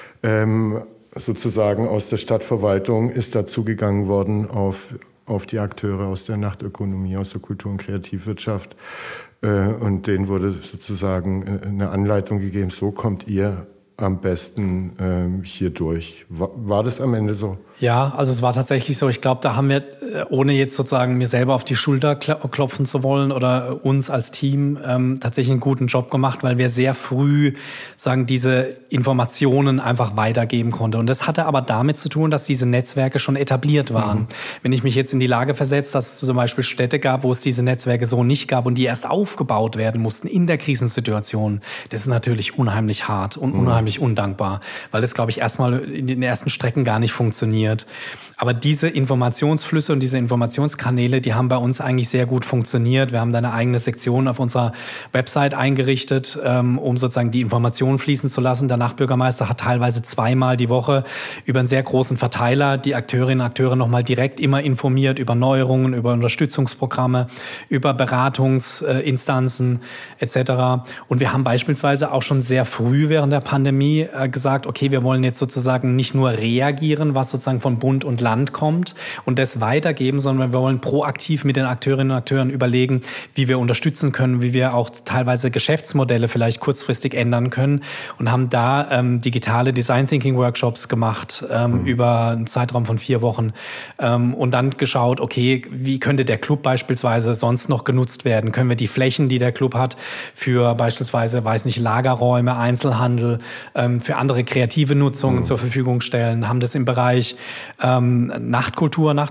sozusagen aus der Stadtverwaltung ist da zugegangen worden auf die Akteure aus der Nachtökonomie, aus der Kultur- und Kreativwirtschaft. Und denen wurde sozusagen eine Anleitung gegeben, so kommt ihr am besten hier durch. War das am Ende so? Ja, also es war tatsächlich so. Ich glaube, da haben wir, ohne jetzt sozusagen mir selber auf die Schulter klopfen zu wollen oder uns als Team tatsächlich einen guten Job gemacht, weil wir sehr früh sagen diese Informationen einfach weitergeben konnten. Und das hatte aber damit zu tun, dass diese Netzwerke schon etabliert waren. Wenn ich mich jetzt in die Lage versetze, dass es zum Beispiel Städte gab, wo es diese Netzwerke so nicht gab und die erst aufgebaut werden mussten in der Krisensituation, das ist natürlich unheimlich hart und unheimlich undankbar, weil das, glaube ich, erstmal in den ersten Strecken gar nicht funktioniert. Aber diese Informationsflüsse und diese Informationskanäle, die haben bei uns eigentlich sehr gut funktioniert. Wir haben da eine eigene Sektion auf unserer Website eingerichtet, um sozusagen die Informationen fließen zu lassen. Der Nachtbürgermeister hat teilweise 2-mal die Woche über einen sehr großen Verteiler die Akteurinnen und Akteure nochmal direkt immer informiert über Neuerungen, über Unterstützungsprogramme, über Beratungsinstanzen etc. Und wir haben beispielsweise auch schon sehr früh während der Pandemie gesagt, okay, wir wollen jetzt sozusagen nicht nur reagieren, was sozusagen von Bund und Land kommt und das weitergeben, sondern wir wollen proaktiv mit den Akteurinnen und Akteuren überlegen, wie wir unterstützen können, wie wir auch teilweise Geschäftsmodelle vielleicht kurzfristig ändern können und haben da digitale Design Thinking Workshops gemacht über einen Zeitraum von 4 Wochen und dann geschaut, okay, wie könnte der Club beispielsweise sonst noch genutzt werden? Können wir die Flächen, die der Club hat, für beispielsweise, Lagerräume, Einzelhandel, für andere kreative Nutzungen zur Verfügung stellen? Haben das im Bereich Nachtkultur, Nachtökonomie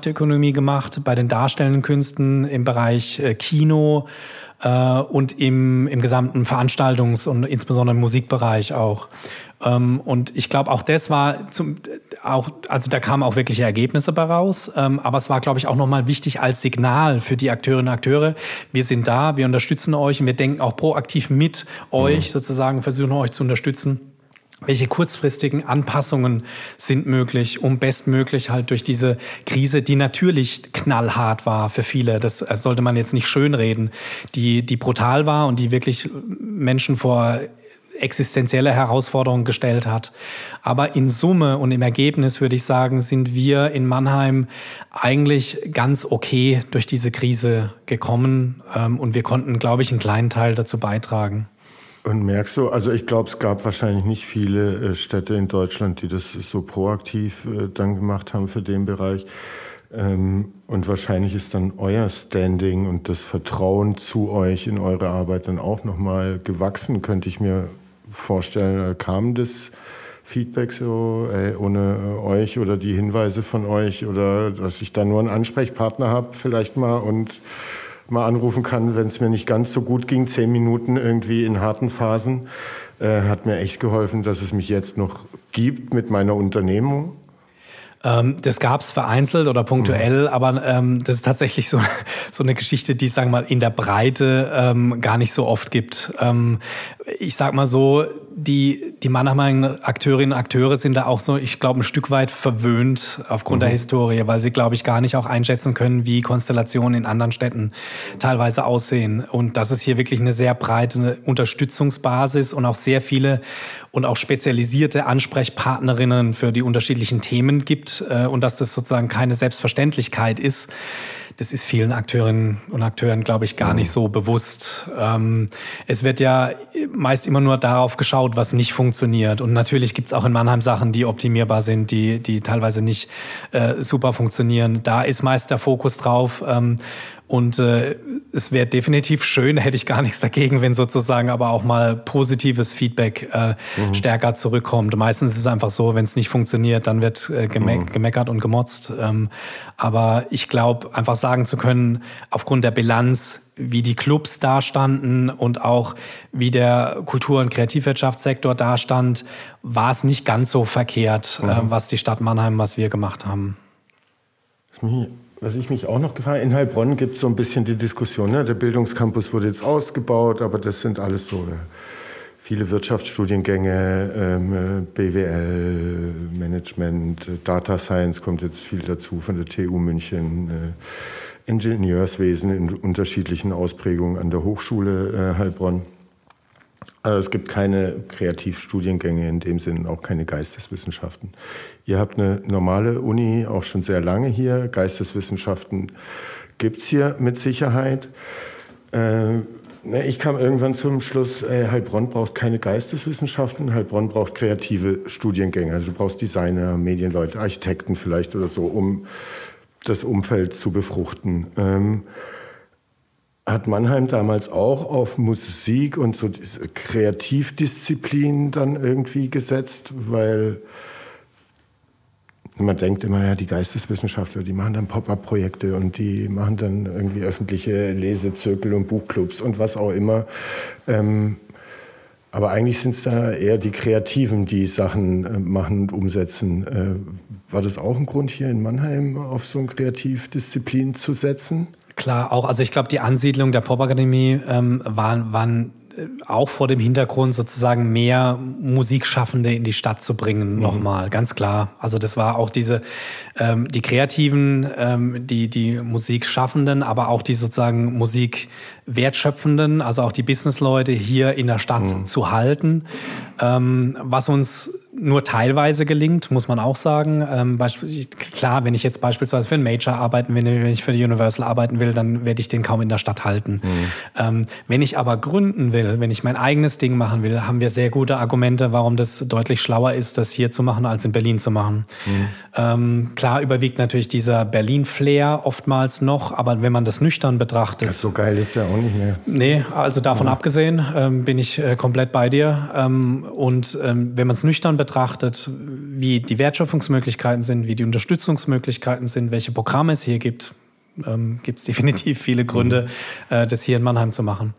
Popakademie gemacht, bei den darstellenden Künsten im Bereich Kino und im gesamten Veranstaltungs- und insbesondere im Musikbereich auch. Und ich glaube, auch das war also da kamen auch wirkliche Ergebnisse bei raus. Aber es war, glaube ich, auch nochmal wichtig als Signal für die Akteurinnen und Akteure. Wir sind da, wir unterstützen euch und wir denken auch proaktiv mit euch sozusagen, versuchen euch zu unterstützen. Welche kurzfristigen Anpassungen sind möglich, um bestmöglich halt durch diese Krise, die natürlich knallhart war für viele, das sollte man jetzt nicht schönreden, die brutal war und die wirklich Menschen vor existenzielle Herausforderungen gestellt hat. Aber in Summe und im Ergebnis würde ich sagen, sind wir in Mannheim eigentlich ganz okay durch diese Krise gekommen und wir konnten, glaube ich, einen kleinen Teil dazu beitragen. Und merkst du, also ich glaube, es gab wahrscheinlich nicht viele Städte in Deutschland, die das so proaktiv dann gemacht haben für den Bereich. Und wahrscheinlich ist dann euer Standing und das Vertrauen zu euch in eure Arbeit dann auch nochmal gewachsen, könnte ich mir vorstellen. Kam das Feedback so, ohne euch oder die Hinweise von euch oder dass ich da nur einen Ansprechpartner habe vielleicht mal und mal anrufen kann, wenn es mir nicht ganz so gut ging, 10 Minuten irgendwie in harten Phasen, hat mir echt geholfen, dass es mich jetzt noch gibt mit meiner Unternehmung. Das gab es vereinzelt oder punktuell, aber das ist tatsächlich so eine Geschichte, die, sagen wir mal, in der Breite gar nicht so oft gibt. Ich sag mal so, die Mannheimer Akteurinnen und Akteure sind da auch so, ich glaube, ein Stück weit verwöhnt aufgrund der Historie, weil sie, glaube ich, gar nicht auch einschätzen können, wie Konstellationen in anderen Städten teilweise aussehen. Und das ist hier wirklich eine sehr breite Unterstützungsbasis und auch sehr viele und auch spezialisierte Ansprechpartnerinnen für die unterschiedlichen Themen gibt und dass das sozusagen keine Selbstverständlichkeit ist. Das ist vielen Akteurinnen und Akteuren, glaube ich, gar nicht so bewusst. Es wird ja meist immer nur darauf geschaut, was nicht funktioniert. Und natürlich gibt es auch in Mannheim Sachen, die optimierbar sind, die teilweise nicht super funktionieren. Da ist meist der Fokus drauf. Und es wäre definitiv schön, hätte ich gar nichts dagegen, wenn sozusagen aber auch mal positives Feedback stärker zurückkommt. Meistens ist es einfach so, wenn es nicht funktioniert, dann wird gemeckert und gemotzt. Aber ich glaube, einfach sagen zu können, aufgrund der Bilanz, wie die Clubs dastanden und auch wie der Kultur- und Kreativwirtschaftssektor dastand, war es nicht ganz so verkehrt, was die Stadt Mannheim, was wir gemacht haben. Was ich mich auch noch gefragt habe, in Heilbronn gibt es so ein bisschen die Diskussion, ne? Der Bildungscampus wurde jetzt ausgebaut, aber das sind alles so viele Wirtschaftsstudiengänge, BWL, Management, Data Science kommt jetzt viel dazu von der TU München, Ingenieurswesen in unterschiedlichen Ausprägungen an der Hochschule Heilbronn. Also es gibt keine Kreativstudiengänge in dem Sinne, auch keine Geisteswissenschaften. Ihr habt eine normale Uni, auch schon sehr lange hier. Geisteswissenschaften gibt's hier mit Sicherheit. Ich kam irgendwann zum Schluss, Heilbronn braucht keine Geisteswissenschaften, Heilbronn braucht kreative Studiengänge. Also du brauchst Designer, Medienleute, Architekten vielleicht oder so, um das Umfeld zu befruchten. Hat Mannheim damals auch auf Musik und so diese Kreativdisziplinen dann irgendwie gesetzt? Weil man denkt immer, ja, die Geisteswissenschaftler, die machen dann Pop-up-Projekte und die machen dann irgendwie öffentliche Lesezirkel und Buchclubs und was auch immer. Aber eigentlich sind es da eher die Kreativen, die Sachen machen und umsetzen. War das auch ein Grund, hier in Mannheim auf so eine Kreativdisziplin zu setzen? Klar, auch. Also ich glaube, die Ansiedlung der Popakademie waren auch vor dem Hintergrund sozusagen mehr Musikschaffende in die Stadt zu bringen, nochmal, ganz klar. Also das war auch die Kreativen, die Musikschaffenden, aber auch die sozusagen Musikwertschöpfenden, also auch die Businessleute hier in der Stadt zu halten, was uns nur teilweise gelingt, muss man auch sagen. Klar, wenn ich jetzt beispielsweise für einen Major arbeiten will, wenn ich für die Universal arbeiten will, dann werde ich den kaum in der Stadt halten. Wenn ich aber gründen will, wenn ich mein eigenes Ding machen will, haben wir sehr gute Argumente, warum das deutlich schlauer ist, das hier zu machen, als in Berlin zu machen. Klar überwiegt natürlich dieser Berlin-Flair oftmals noch, aber wenn man das nüchtern betrachtet... Das so geil ist der auch nicht mehr. Nee, also davon abgesehen bin ich komplett bei dir. Und wenn man es nüchtern betrachtet, wie die Wertschöpfungsmöglichkeiten sind, wie die Unterstützungsmöglichkeiten sind, welche Programme es hier gibt, gibt es definitiv viele Gründe, das hier in Mannheim zu machen.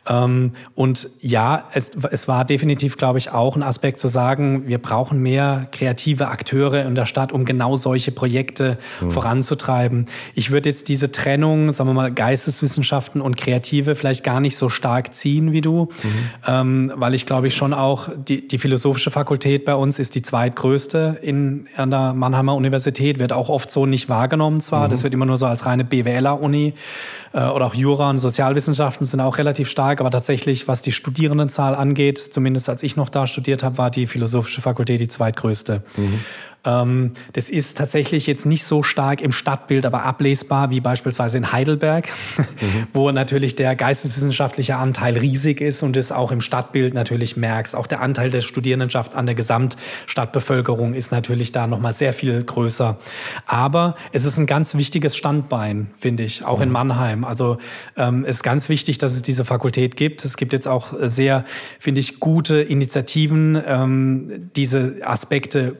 Und ja, es war definitiv, glaube ich, auch ein Aspekt zu sagen, wir brauchen mehr kreative Akteure in der Stadt, um genau solche Projekte voranzutreiben. Ich würde jetzt diese Trennung, sagen wir mal, Geisteswissenschaften und Kreative vielleicht gar nicht so stark ziehen wie du, weil ich glaube ich schon auch, die philosophische Fakultät bei uns ist die zweitgrößte an der Mannheimer Universität, wird auch oft so nicht wahrgenommen zwar, das wird immer nur so als reine BWLer-Uni oder auch Jura und Sozialwissenschaften sind auch relativ stark, aber tatsächlich, was die Studierendenzahl angeht, zumindest als ich noch da studiert habe, war die philosophische Fakultät die zweitgrößte. Das ist tatsächlich jetzt nicht so stark im Stadtbild, aber ablesbar wie beispielsweise in Heidelberg, wo natürlich der geisteswissenschaftliche Anteil riesig ist und es auch im Stadtbild natürlich merkst. Auch der Anteil der Studierendenschaft an der Gesamtstadtbevölkerung ist natürlich da nochmal sehr viel größer. Aber es ist ein ganz wichtiges Standbein, finde ich, auch in Mannheim. Also es ist ganz wichtig, dass es diese Fakultät gibt. Es gibt jetzt auch sehr, finde ich, gute Initiativen, diese Aspekte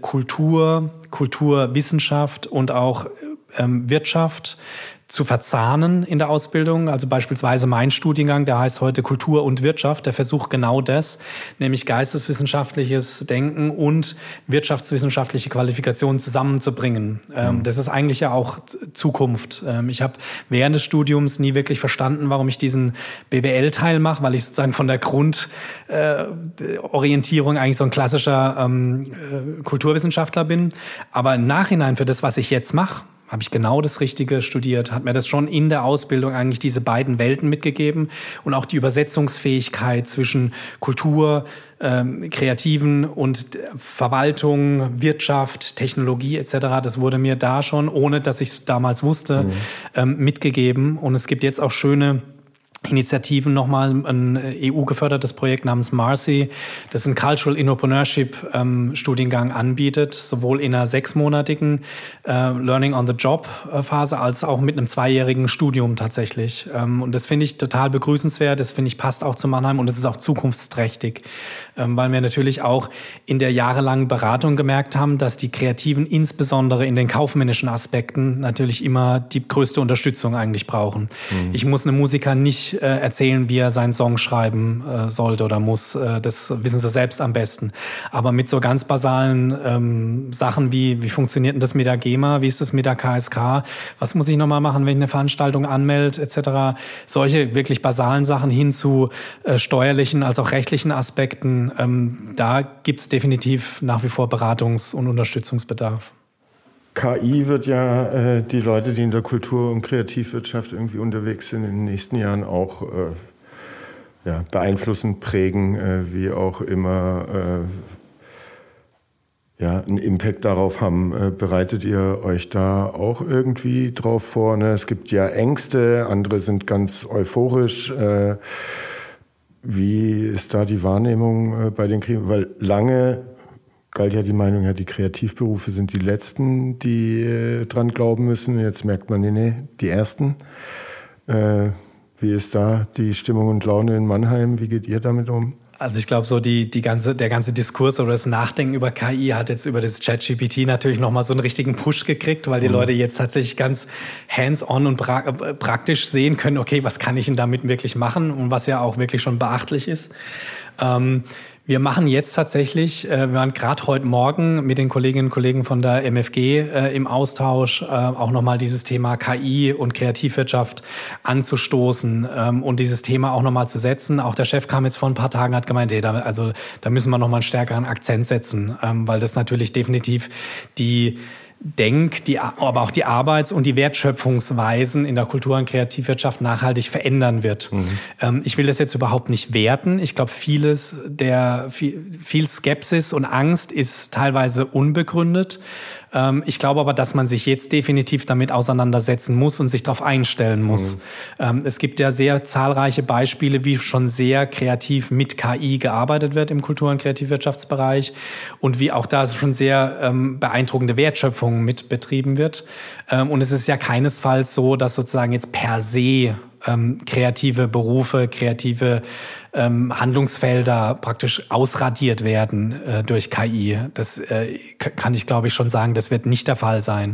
Kulturwissenschaft und auch Wirtschaft zu verzahnen in der Ausbildung. Also beispielsweise mein Studiengang, der heißt heute Kultur und Wirtschaft, der versucht genau das, nämlich geisteswissenschaftliches Denken und wirtschaftswissenschaftliche Qualifikationen zusammenzubringen. Das ist eigentlich ja auch Zukunft. Ich habe während des Studiums nie wirklich verstanden, warum ich diesen BWL-Teil mache, weil ich sozusagen von der Grundorientierung eigentlich so ein klassischer Kulturwissenschaftler bin. Aber im Nachhinein für das, was ich jetzt mache, habe ich genau das Richtige studiert, hat mir das schon in der Ausbildung eigentlich diese beiden Welten mitgegeben und auch die Übersetzungsfähigkeit zwischen Kultur, Kreativen und Verwaltung, Wirtschaft, Technologie etc. Das wurde mir da schon, ohne dass ich es damals wusste, mitgegeben. Und es gibt jetzt auch schöne Initiativen, nochmal ein EU-gefördertes Projekt namens Marcy, das ein Cultural Entrepreneurship Studiengang anbietet, sowohl in einer 6-monatigen Learning on the Job Phase als auch mit einem 2-jährigen Studium tatsächlich. Und das finde ich total begrüßenswert, das finde ich passt auch zu Mannheim und es ist auch zukunftsträchtig, weil wir natürlich auch in der jahrelangen Beratung gemerkt haben, dass die Kreativen insbesondere in den kaufmännischen Aspekten natürlich immer die größte Unterstützung eigentlich brauchen. Ich muss einem Musiker nicht erzählen, wie er seinen Song schreiben sollte oder muss. Das wissen sie selbst am besten. Aber mit so ganz basalen Sachen wie funktioniert denn das mit der GEMA, wie ist das mit der KSK, was muss ich nochmal machen, wenn ich eine Veranstaltung anmelde, etc. Solche wirklich basalen Sachen hin zu steuerlichen als auch rechtlichen Aspekten, da gibt es definitiv nach wie vor Beratungs- und Unterstützungsbedarf. KI wird ja die Leute, die in der Kultur- und Kreativwirtschaft irgendwie unterwegs sind, in den nächsten Jahren auch beeinflussen, prägen, wie auch immer einen Impact darauf haben. Bereitet ihr euch da auch irgendwie drauf vor? Ne? Es gibt ja Ängste, andere sind ganz euphorisch. Wie ist da die Wahrnehmung bei den Kriegen? Weil lange galt ja die Meinung, ja, die Kreativberufe sind die Letzten, die dran glauben müssen. Jetzt merkt man, nee, die Ersten. Wie ist da die Stimmung und Laune in Mannheim? Wie geht ihr damit um? Also ich glaube, so der ganze Diskurs oder das Nachdenken über KI hat jetzt über das ChatGPT natürlich nochmal so einen richtigen Push gekriegt, weil die Leute jetzt tatsächlich ganz hands-on und praktisch sehen können, okay, was kann ich denn damit wirklich machen und was ja auch wirklich schon beachtlich ist. Wir machen jetzt tatsächlich, wir waren gerade heute Morgen mit den Kolleginnen und Kollegen von der MFG im Austausch, auch nochmal dieses Thema KI und Kreativwirtschaft anzustoßen und dieses Thema auch nochmal zu setzen. Auch der Chef kam jetzt vor ein paar Tagen, hat gemeint, da müssen wir nochmal einen stärkeren Akzent setzen, weil das natürlich definitiv aber auch die Arbeits- und die Wertschöpfungsweisen in der Kultur- und Kreativwirtschaft nachhaltig verändern wird. Ich will das jetzt überhaupt nicht werten. Ich glaube, viel Skepsis und Angst ist teilweise unbegründet. Ich glaube aber, dass man sich jetzt definitiv damit auseinandersetzen muss und sich darauf einstellen muss. Es gibt ja sehr zahlreiche Beispiele, wie schon sehr kreativ mit KI gearbeitet wird im Kultur- und Kreativwirtschaftsbereich und wie auch da schon sehr beeindruckende Wertschöpfung mit betrieben wird. Und es ist ja keinesfalls so, dass sozusagen jetzt per se kreative Berufe, kreative Handlungsfelder praktisch ausradiert werden durch KI. Das kann ich, glaube ich, schon sagen, das wird nicht der Fall sein.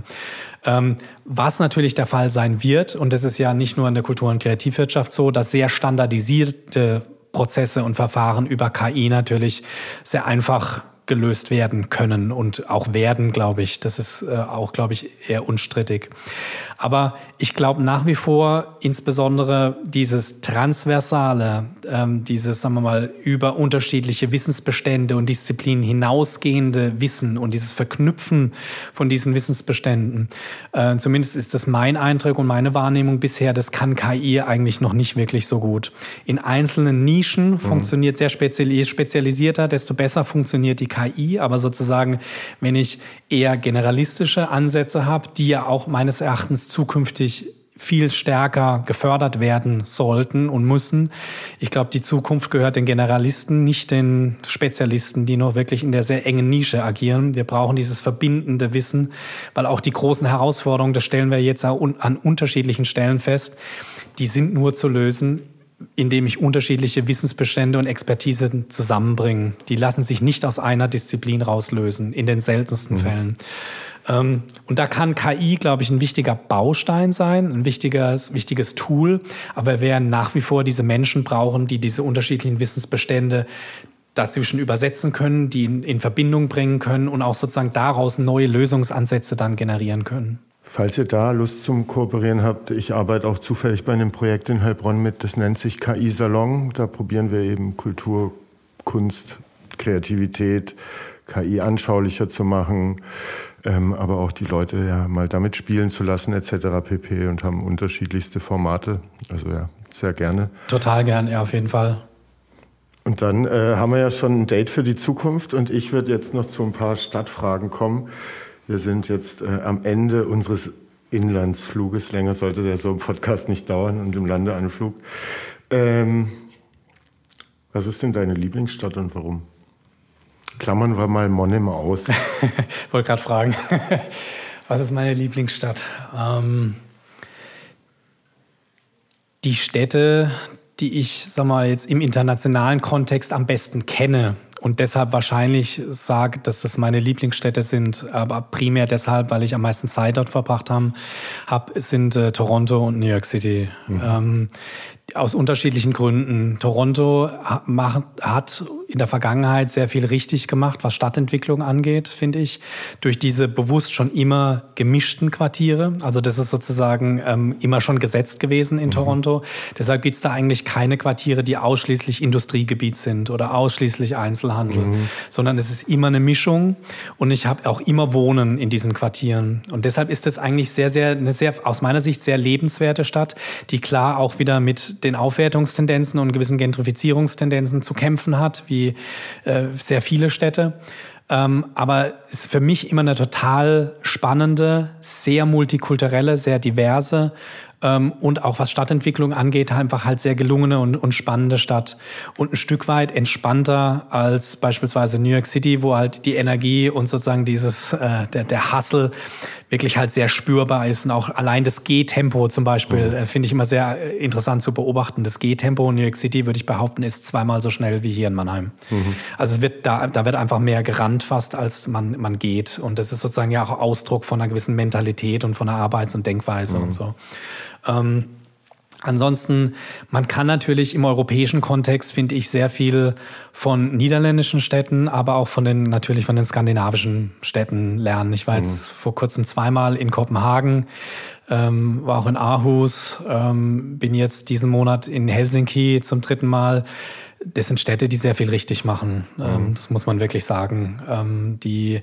Was natürlich der Fall sein wird, und das ist ja nicht nur in der Kultur- und Kreativwirtschaft so, dass sehr standardisierte Prozesse und Verfahren über KI natürlich sehr einfach gelöst werden können und auch werden, glaube ich. Das ist auch, glaube ich, eher unstrittig. Aber ich glaube nach wie vor insbesondere dieses Transversale, dieses, sagen wir mal, über unterschiedliche Wissensbestände und Disziplinen hinausgehende Wissen und dieses Verknüpfen von diesen Wissensbeständen. Zumindest ist das mein Eindruck und meine Wahrnehmung bisher, das kann KI eigentlich noch nicht wirklich so gut. In einzelnen Nischen funktioniert sehr spezialisierter, desto besser funktioniert die KI, aber sozusagen, wenn ich eher generalistische Ansätze habe, die ja auch meines Erachtens zukünftig viel stärker gefördert werden sollten und müssen. Ich glaube, die Zukunft gehört den Generalisten, nicht den Spezialisten, die noch wirklich in der sehr engen Nische agieren. Wir brauchen dieses verbindende Wissen, weil auch die großen Herausforderungen, das stellen wir jetzt an unterschiedlichen Stellen fest, die sind nur zu lösen, indem ich unterschiedliche Wissensbestände und Expertise zusammenbringe. Die lassen sich nicht aus einer Disziplin rauslösen, in den seltensten Fällen. Und da kann KI, glaube ich, ein wichtiger Baustein sein, ein wichtiges Tool. Aber wir werden nach wie vor diese Menschen brauchen, die diese unterschiedlichen Wissensbestände dazwischen übersetzen können, die in Verbindung bringen können und auch sozusagen daraus neue Lösungsansätze dann generieren können. Falls ihr da Lust zum Kooperieren habt, ich arbeite auch zufällig bei einem Projekt in Heilbronn mit, das nennt sich KI-Salon. Da probieren wir eben Kultur, Kunst, Kreativität, KI anschaulicher zu machen, aber auch die Leute ja mal damit spielen zu lassen etc. pp. Und haben unterschiedlichste Formate. Also ja, sehr gerne. Total gern, ja, auf jeden Fall. Und dann haben wir ja schon ein Date für die Zukunft und ich würde jetzt noch zu ein paar Stadtfragen kommen. Wir sind jetzt am Ende unseres Inlandsfluges. Länger sollte der so im Podcast nicht dauern und im Landeanflug. Was ist denn deine Lieblingsstadt und warum? Klammern wir mal Monnem aus. Ich wollte gerade fragen, was ist meine Lieblingsstadt? Die Städte, die ich, sag mal, jetzt im internationalen Kontext am besten kenne und deshalb wahrscheinlich sage, dass das meine Lieblingsstädte sind, aber primär deshalb, weil ich am meisten Zeit dort verbracht habe, sind Toronto und New York City. Aus unterschiedlichen Gründen. Toronto hat in der Vergangenheit sehr viel richtig gemacht, was Stadtentwicklung angeht, finde ich, durch diese bewusst schon immer gemischten Quartiere. Also das ist sozusagen immer schon gesetzt gewesen in Toronto. Deshalb gibt es da eigentlich keine Quartiere, die ausschließlich Industriegebiet sind oder ausschließlich Einzelhandel, sondern es ist immer eine Mischung und ich habe auch immer Wohnen in diesen Quartieren. Und deshalb ist es eigentlich aus meiner Sicht sehr lebenswerte Stadt, die klar auch wieder mit den Aufwertungstendenzen und gewissen Gentrifizierungstendenzen zu kämpfen hat, wie sehr viele Städte. Aber es ist für mich immer eine total spannende, sehr multikulturelle, sehr diverse und auch was Stadtentwicklung angeht, einfach halt sehr gelungene und spannende Stadt. Und ein Stück weit entspannter als beispielsweise New York City, wo halt die Energie und sozusagen der Hustle wirklich halt sehr spürbar ist. Und auch allein das Gehtempo zum Beispiel finde ich immer sehr interessant zu beobachten. Das Gehtempo in New York City, würde ich behaupten, ist zweimal so schnell wie hier in Mannheim. Also da wird einfach mehr gerannt fast, als man geht. Und das ist sozusagen ja auch Ausdruck von einer gewissen Mentalität und von einer Arbeits- und Denkweise und so. Ansonsten, man kann natürlich im europäischen Kontext, finde ich, sehr viel von niederländischen Städten, aber auch von den skandinavischen Städten lernen. Ich war jetzt vor kurzem zweimal in Kopenhagen, war auch in Aarhus, bin jetzt diesen Monat in Helsinki zum 3. Mal. Das sind Städte, die sehr viel richtig machen. Das muss man wirklich sagen. Die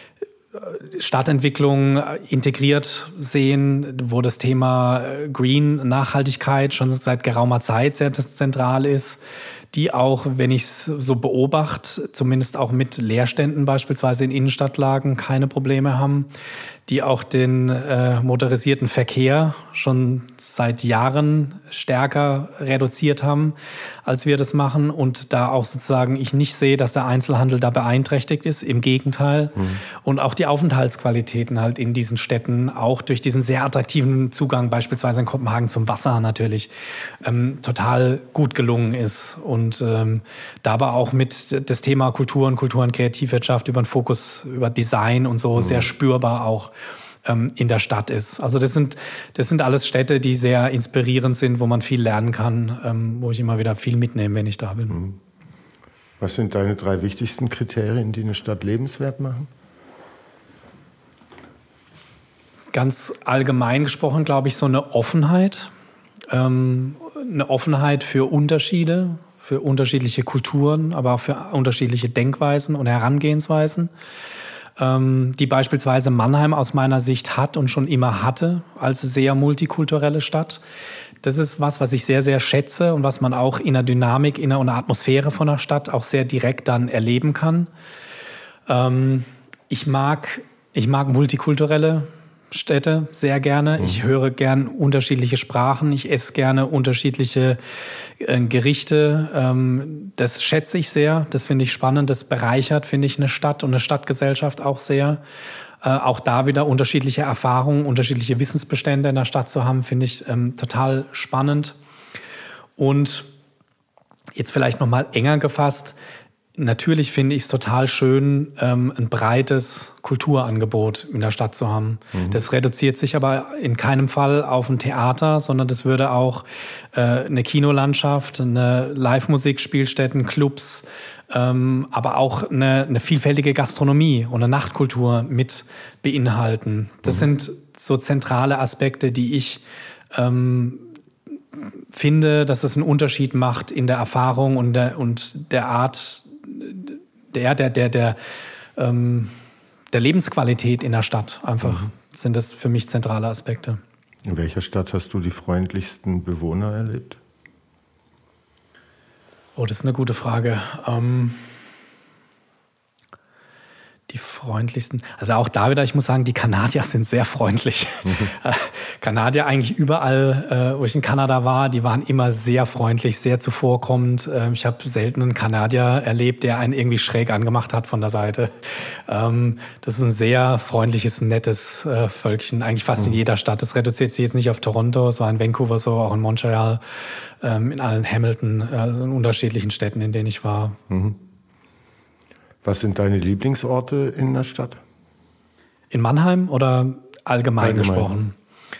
Stadtentwicklung integriert sehen, wo das Thema Green, Nachhaltigkeit schon seit geraumer Zeit sehr zentral ist, die auch, wenn ich es so beobachte, zumindest auch mit Leerständen beispielsweise in Innenstadtlagen keine Probleme haben, die auch den motorisierten Verkehr schon seit Jahren stärker reduziert haben, als wir das machen. Und da auch sozusagen ich nicht sehe, dass der Einzelhandel da beeinträchtigt ist. Im Gegenteil. Und auch die Aufenthaltsqualitäten halt in diesen Städten, auch durch diesen sehr attraktiven Zugang beispielsweise in Kopenhagen zum Wasser natürlich, total gut gelungen ist. Und dabei auch mit das Thema Kultur und Kreativwirtschaft über den Fokus, über Design und so sehr spürbar auch in der Stadt ist. Also das sind alles Städte, die sehr inspirierend sind, wo man viel lernen kann, wo ich immer wieder viel mitnehme, wenn ich da bin. Was sind deine 3 wichtigsten Kriterien, die eine Stadt lebenswert machen? Ganz allgemein gesprochen, glaube ich, so eine Offenheit. Eine Offenheit für Unterschiede, für unterschiedliche Kulturen, aber auch für unterschiedliche Denkweisen und Herangehensweisen, die beispielsweise Mannheim aus meiner Sicht hat und schon immer hatte als sehr multikulturelle Stadt. Das ist was ich sehr, sehr schätze und was man auch in der Dynamik, in der Atmosphäre von der Stadt auch sehr direkt dann erleben kann. Ich mag multikulturelle Städte sehr gerne. Ich höre gern unterschiedliche Sprachen. Ich esse gerne unterschiedliche Gerichte. Das schätze ich sehr. Das finde ich spannend. Das bereichert, finde ich, eine Stadt und eine Stadtgesellschaft auch sehr. Auch da wieder unterschiedliche Erfahrungen, unterschiedliche Wissensbestände in der Stadt zu haben, finde ich total spannend. Und jetzt vielleicht noch mal enger gefasst. Natürlich finde ich es total schön, ein breites Kulturangebot in der Stadt zu haben. Das reduziert sich aber in keinem Fall auf ein Theater, sondern das würde auch eine Kinolandschaft, eine Live-Musik-Spielstätten, Clubs, aber auch eine vielfältige Gastronomie und eine Nachtkultur mit beinhalten. Das sind so zentrale Aspekte, die ich finde, dass es einen Unterschied macht in der Erfahrung und der Art der Lebensqualität in der Stadt. Einfach sind das für mich zentrale Aspekte. In welcher Stadt hast du die freundlichsten Bewohner erlebt? Oh, das ist eine gute Frage. Die freundlichsten, also auch da wieder, ich muss sagen, die Kanadier sind sehr freundlich. Kanadier eigentlich überall, wo ich in Kanada war, die waren immer sehr freundlich, sehr zuvorkommend. Ich habe selten einen Kanadier erlebt, der einen irgendwie schräg angemacht hat von der Seite. Das ist ein sehr freundliches, nettes Völkchen, eigentlich fast in jeder Stadt. Das reduziert sich jetzt nicht auf Toronto, es war in Vancouver so, auch in Montreal, in allen Hamilton, also in unterschiedlichen Städten, in denen ich war. Was sind deine Lieblingsorte in der Stadt? In Mannheim oder allgemein gesprochen?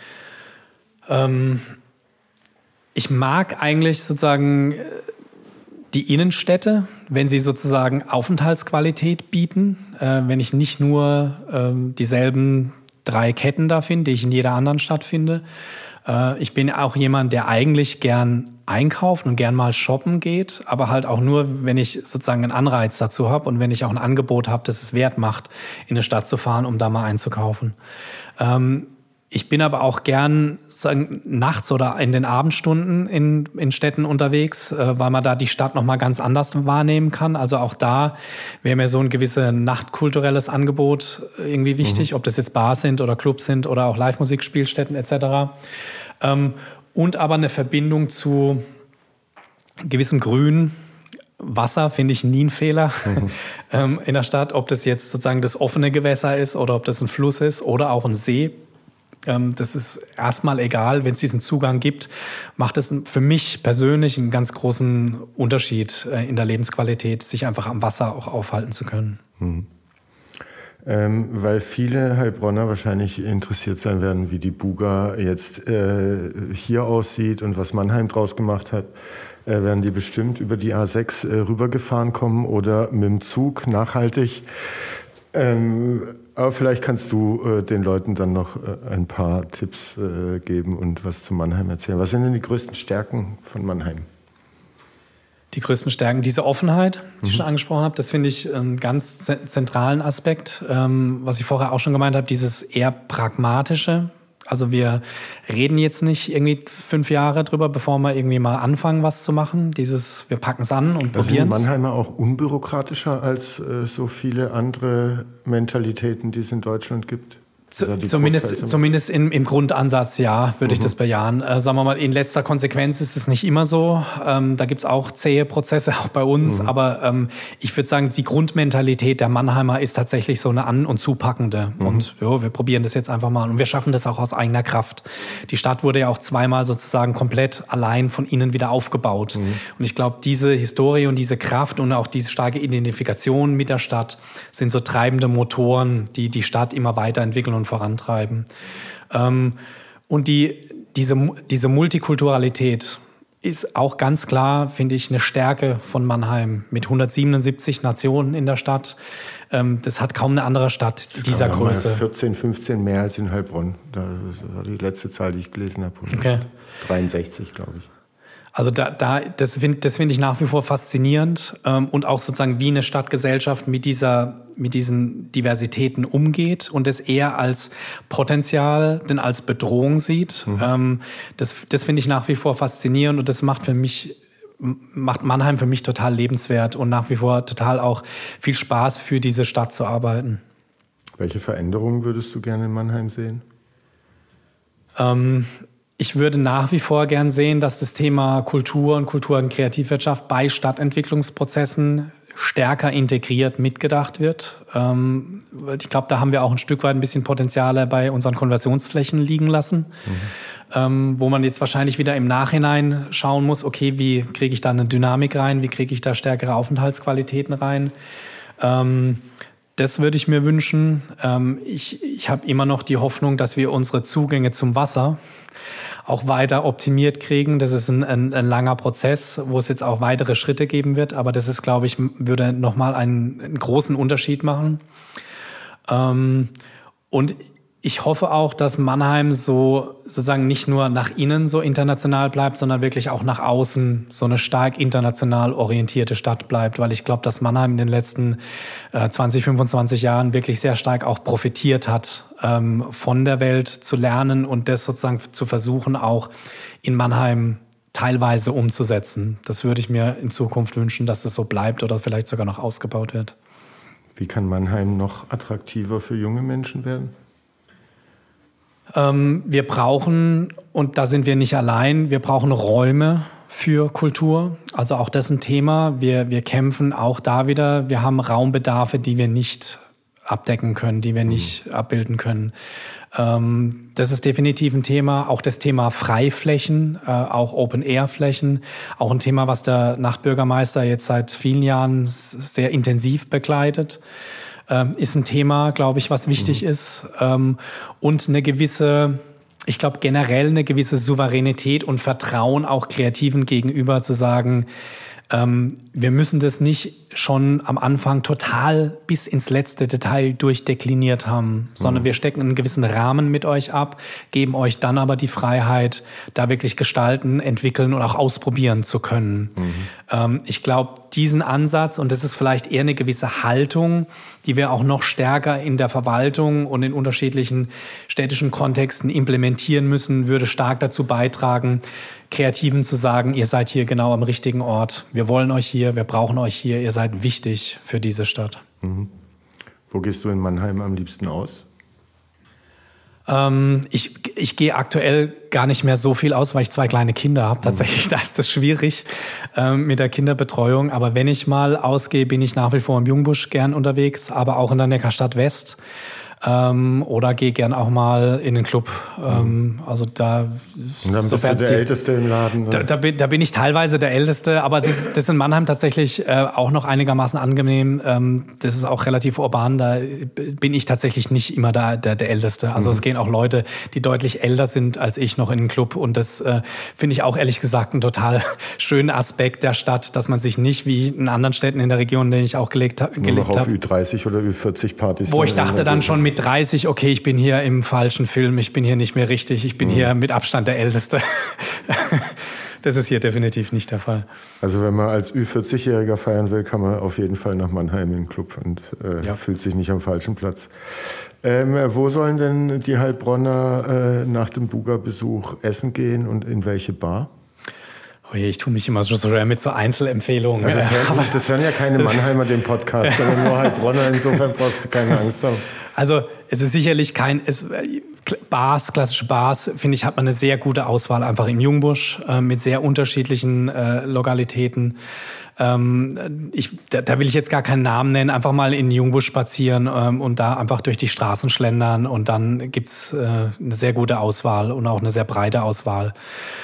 Ich mag eigentlich sozusagen die Innenstädte, wenn sie sozusagen Aufenthaltsqualität bieten, wenn ich nicht nur dieselben 3 Ketten da finde, die ich in jeder anderen Stadt finde. Ich bin auch jemand, der eigentlich gern einkaufen und gern mal shoppen geht, aber halt auch nur, wenn ich sozusagen einen Anreiz dazu habe und wenn ich auch ein Angebot habe, das es wert macht, in eine Stadt zu fahren, um da mal einzukaufen. Ich bin aber auch gern nachts oder in den Abendstunden in Städten unterwegs, weil man da die Stadt noch mal ganz anders wahrnehmen kann. Also auch da wäre mir so ein gewisses nachtkulturelles Angebot irgendwie wichtig, ob das jetzt Bars sind oder Clubs sind oder auch Live-Musikspielstätten etc. Und aber eine Verbindung zu gewissem Grün. Wasser finde ich nie ein Fehler in der Stadt, ob das jetzt sozusagen das offene Gewässer ist oder ob das ein Fluss ist oder auch ein See. Das ist erstmal egal, wenn es diesen Zugang gibt, macht es für mich persönlich einen ganz großen Unterschied in der Lebensqualität, sich einfach am Wasser auch aufhalten zu können. Weil viele Heilbronner wahrscheinlich interessiert sein werden, wie die Buga jetzt hier aussieht und was Mannheim draus gemacht hat. Werden die bestimmt über die A6 rübergefahren kommen oder mit dem Zug nachhaltig? Aber vielleicht kannst du den Leuten dann noch ein paar Tipps geben und was zu Mannheim erzählen. Was sind denn die größten Stärken von Mannheim? Die größten Stärken, diese Offenheit, die ich schon angesprochen habe, das finde ich einen ganz zentralen Aspekt. Was ich vorher auch schon gemeint habe, dieses eher pragmatische, Also wir reden jetzt nicht irgendwie 5 Jahre drüber, bevor wir irgendwie mal anfangen, was zu machen. Wir packen es an und probieren es. Sind Mannheimer auch unbürokratischer als so viele andere Mentalitäten, die es in Deutschland gibt? Zumindest im Grundansatz, ja, würde ich das bejahen. Sagen wir mal, in letzter Konsequenz ist es nicht immer so. Da gibt es auch zähe Prozesse, auch bei uns. Aber ich würde sagen, die Grundmentalität der Mannheimer ist tatsächlich so eine an- und zupackende. Und wir probieren das jetzt einfach mal. Und wir schaffen das auch aus eigener Kraft. Die Stadt wurde ja auch zweimal sozusagen komplett allein von innen wieder aufgebaut. Und ich glaube, diese Historie und diese Kraft und auch diese starke Identifikation mit der Stadt sind so treibende Motoren, die die Stadt immer weiterentwickeln und vorantreiben. Und diese Multikulturalität ist auch ganz klar, finde ich, eine Stärke von Mannheim mit 177 Nationen in der Stadt. Das hat kaum eine andere Stadt dieser Größe. 14, 15 mehr als in Heilbronn. Das war die letzte Zahl, die ich gelesen habe. 163, glaube ich. Also das find ich nach wie vor faszinierend und auch sozusagen, wie eine Stadtgesellschaft mit diesen Diversitäten umgeht und es eher als Potenzial denn als Bedrohung sieht. Das finde ich nach wie vor faszinierend und das macht Mannheim für mich total lebenswert und nach wie vor total auch viel Spaß, für diese Stadt zu arbeiten. Welche Veränderungen würdest du gerne in Mannheim sehen? Ich würde nach wie vor gern sehen, dass das Thema Kultur und Kreativwirtschaft bei Stadtentwicklungsprozessen stärker integriert mitgedacht wird. Ich glaube, da haben wir auch ein Stück weit ein bisschen Potenziale bei unseren Konversionsflächen liegen lassen, wo man jetzt wahrscheinlich wieder im Nachhinein schauen muss, okay, wie kriege ich da eine Dynamik rein, wie kriege ich da stärkere Aufenthaltsqualitäten rein. Das würde ich mir wünschen. Ich habe immer noch die Hoffnung, dass wir unsere Zugänge zum Wasser auch weiter optimiert kriegen. Das ist ein langer Prozess, wo es jetzt auch weitere Schritte geben wird. Aber das ist, glaube ich, würde nochmal einen großen Unterschied machen. Und ich hoffe auch, dass Mannheim so sozusagen nicht nur nach innen so international bleibt, sondern wirklich auch nach außen so eine stark international orientierte Stadt bleibt, weil ich glaube, dass Mannheim in den letzten 20, 25 Jahren wirklich sehr stark auch profitiert hat, von der Welt zu lernen und das sozusagen zu versuchen, auch in Mannheim teilweise umzusetzen. Das würde ich mir in Zukunft wünschen, dass das so bleibt oder vielleicht sogar noch ausgebaut wird. Wie kann Mannheim noch attraktiver für junge Menschen werden? Wir brauchen, und da sind wir nicht allein, wir brauchen Räume für Kultur. Also auch das ist ein Thema. Wir kämpfen auch da wieder. Wir haben Raumbedarfe, die wir nicht abdecken können, die wir nicht abbilden können. Das ist definitiv ein Thema. Auch das Thema Freiflächen, auch Open-Air-Flächen. Auch ein Thema, was der Nachtbürgermeister jetzt seit vielen Jahren sehr intensiv begleitet. Ist ein Thema, glaube ich, was wichtig ist. Und eine gewisse, ich glaube generell eine gewisse Souveränität und Vertrauen auch Kreativen gegenüber zu sagen, wir müssen das nicht schon am Anfang total bis ins letzte Detail durchdekliniert haben, sondern wir stecken einen gewissen Rahmen mit euch ab, geben euch dann aber die Freiheit, da wirklich gestalten, entwickeln und auch ausprobieren zu können. Ich glaube, diesen Ansatz, und das ist vielleicht eher eine gewisse Haltung, die wir auch noch stärker in der Verwaltung und in unterschiedlichen städtischen Kontexten implementieren müssen, würde stark dazu beitragen, Kreativen zu sagen, ihr seid hier genau am richtigen Ort. Wir wollen euch hier, wir brauchen euch hier, ihr seid wichtig für diese Stadt. Wo gehst du in Mannheim am liebsten aus? Ich gehe aktuell gar nicht mehr so viel aus, weil ich 2 kleine Kinder habe. Tatsächlich, da ist es schwierig mit der Kinderbetreuung. Aber wenn ich mal ausgehe, bin ich nach wie vor im Jungbusch gern unterwegs, aber auch in der Neckarstadt West. Oder gehe gern auch mal in den Club. Also da. Und dann bist du der Älteste im Laden. Da bin ich teilweise der Älteste, aber das ist in Mannheim tatsächlich auch noch einigermaßen angenehm. Das ist auch relativ urban. Da bin ich tatsächlich nicht immer der Älteste. Also es gehen auch Leute, die deutlich älter sind als ich, noch in den Club. Und das finde ich auch ehrlich gesagt einen total schönen Aspekt der Stadt, dass man sich nicht wie in anderen Städten in der Region, in denen ich auch gelebt habe. Nur noch auf Ü30 oder Ü40 Partys. Wo ich dachte dann schon mit 30, okay, ich bin hier im falschen Film, ich bin hier nicht mehr richtig, ich bin hier mit Abstand der Älteste. Das ist hier definitiv nicht der Fall. Also wenn man als Ü40-Jähriger feiern will, kann man auf jeden Fall nach Mannheim in den Club und fühlt sich nicht am falschen Platz. Wo sollen denn die Heilbronner nach dem Buga-Besuch essen gehen und in welche Bar? Oh je, ich tue mich immer so schwer mit so Einzelempfehlungen. Ja, das hören ja keine Mannheimer den Podcast, sondern nur Heilbronner. Insofern brauchst du keine Angst haben. Also es ist sicherlich klassische Bars, finde ich, hat man eine sehr gute Auswahl einfach im Jungbusch mit sehr unterschiedlichen Lokalitäten. Da will ich jetzt gar keinen Namen nennen, einfach mal in den Jungbusch spazieren und da einfach durch die Straßen schlendern und dann gibt's eine sehr gute Auswahl und auch eine sehr breite Auswahl.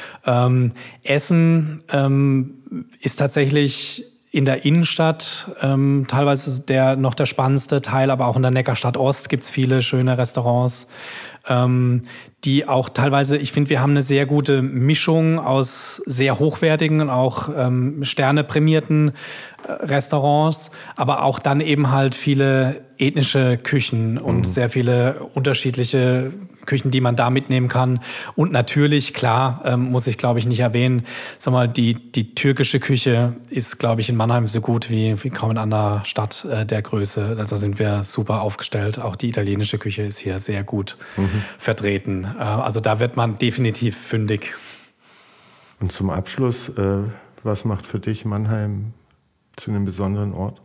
Essen ist tatsächlich in der Innenstadt teilweise noch der spannendste Teil, aber auch in der Neckarstadt Ost gibt's viele schöne Restaurants, die auch teilweise, ich finde, wir haben eine sehr gute Mischung aus sehr hochwertigen und auch sterneprämierten Restaurants, aber auch dann eben halt viele ethnische Küchen und sehr viele unterschiedliche Küchen, die man da mitnehmen kann. Und natürlich, klar, muss ich, glaube ich, nicht erwähnen, sag mal, die türkische Küche ist, glaube ich, in Mannheim so gut wie kaum in einer Stadt der Größe. Da sind wir super aufgestellt. Auch die italienische Küche ist hier sehr gut vertreten. Also da wird man definitiv fündig. Und zum Abschluss, was macht für dich Mannheim zu einem besonderen Ort?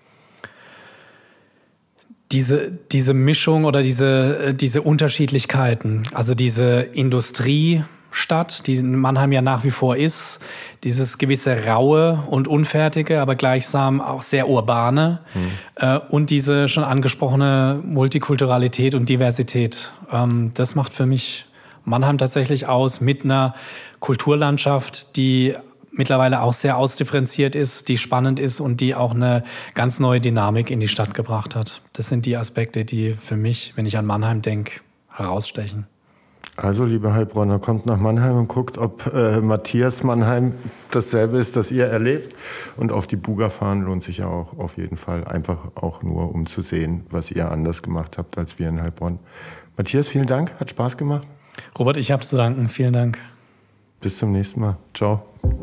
Diese Mischung oder diese Unterschiedlichkeiten, also diese Industriestadt, die in Mannheim ja nach wie vor ist, dieses gewisse Raue und Unfertige, aber gleichsam auch sehr urbane und diese schon angesprochene Multikulturalität und Diversität. Das macht für mich Mannheim tatsächlich aus mit einer Kulturlandschaft, die mittlerweile auch sehr ausdifferenziert ist, die spannend ist und die auch eine ganz neue Dynamik in die Stadt gebracht hat. Das sind die Aspekte, die für mich, wenn ich an Mannheim denke, herausstechen. Also, liebe Heilbronner, kommt nach Mannheim und guckt, ob Matthias Mannheim dasselbe ist, das ihr erlebt. Und auf die Buga fahren lohnt sich ja auch auf jeden Fall. Einfach auch nur, um zu sehen, was ihr anders gemacht habt als wir in Heilbronn. Matthias, vielen Dank. Hat Spaß gemacht. Robert, ich habe zu danken. Vielen Dank. Bis zum nächsten Mal. Ciao.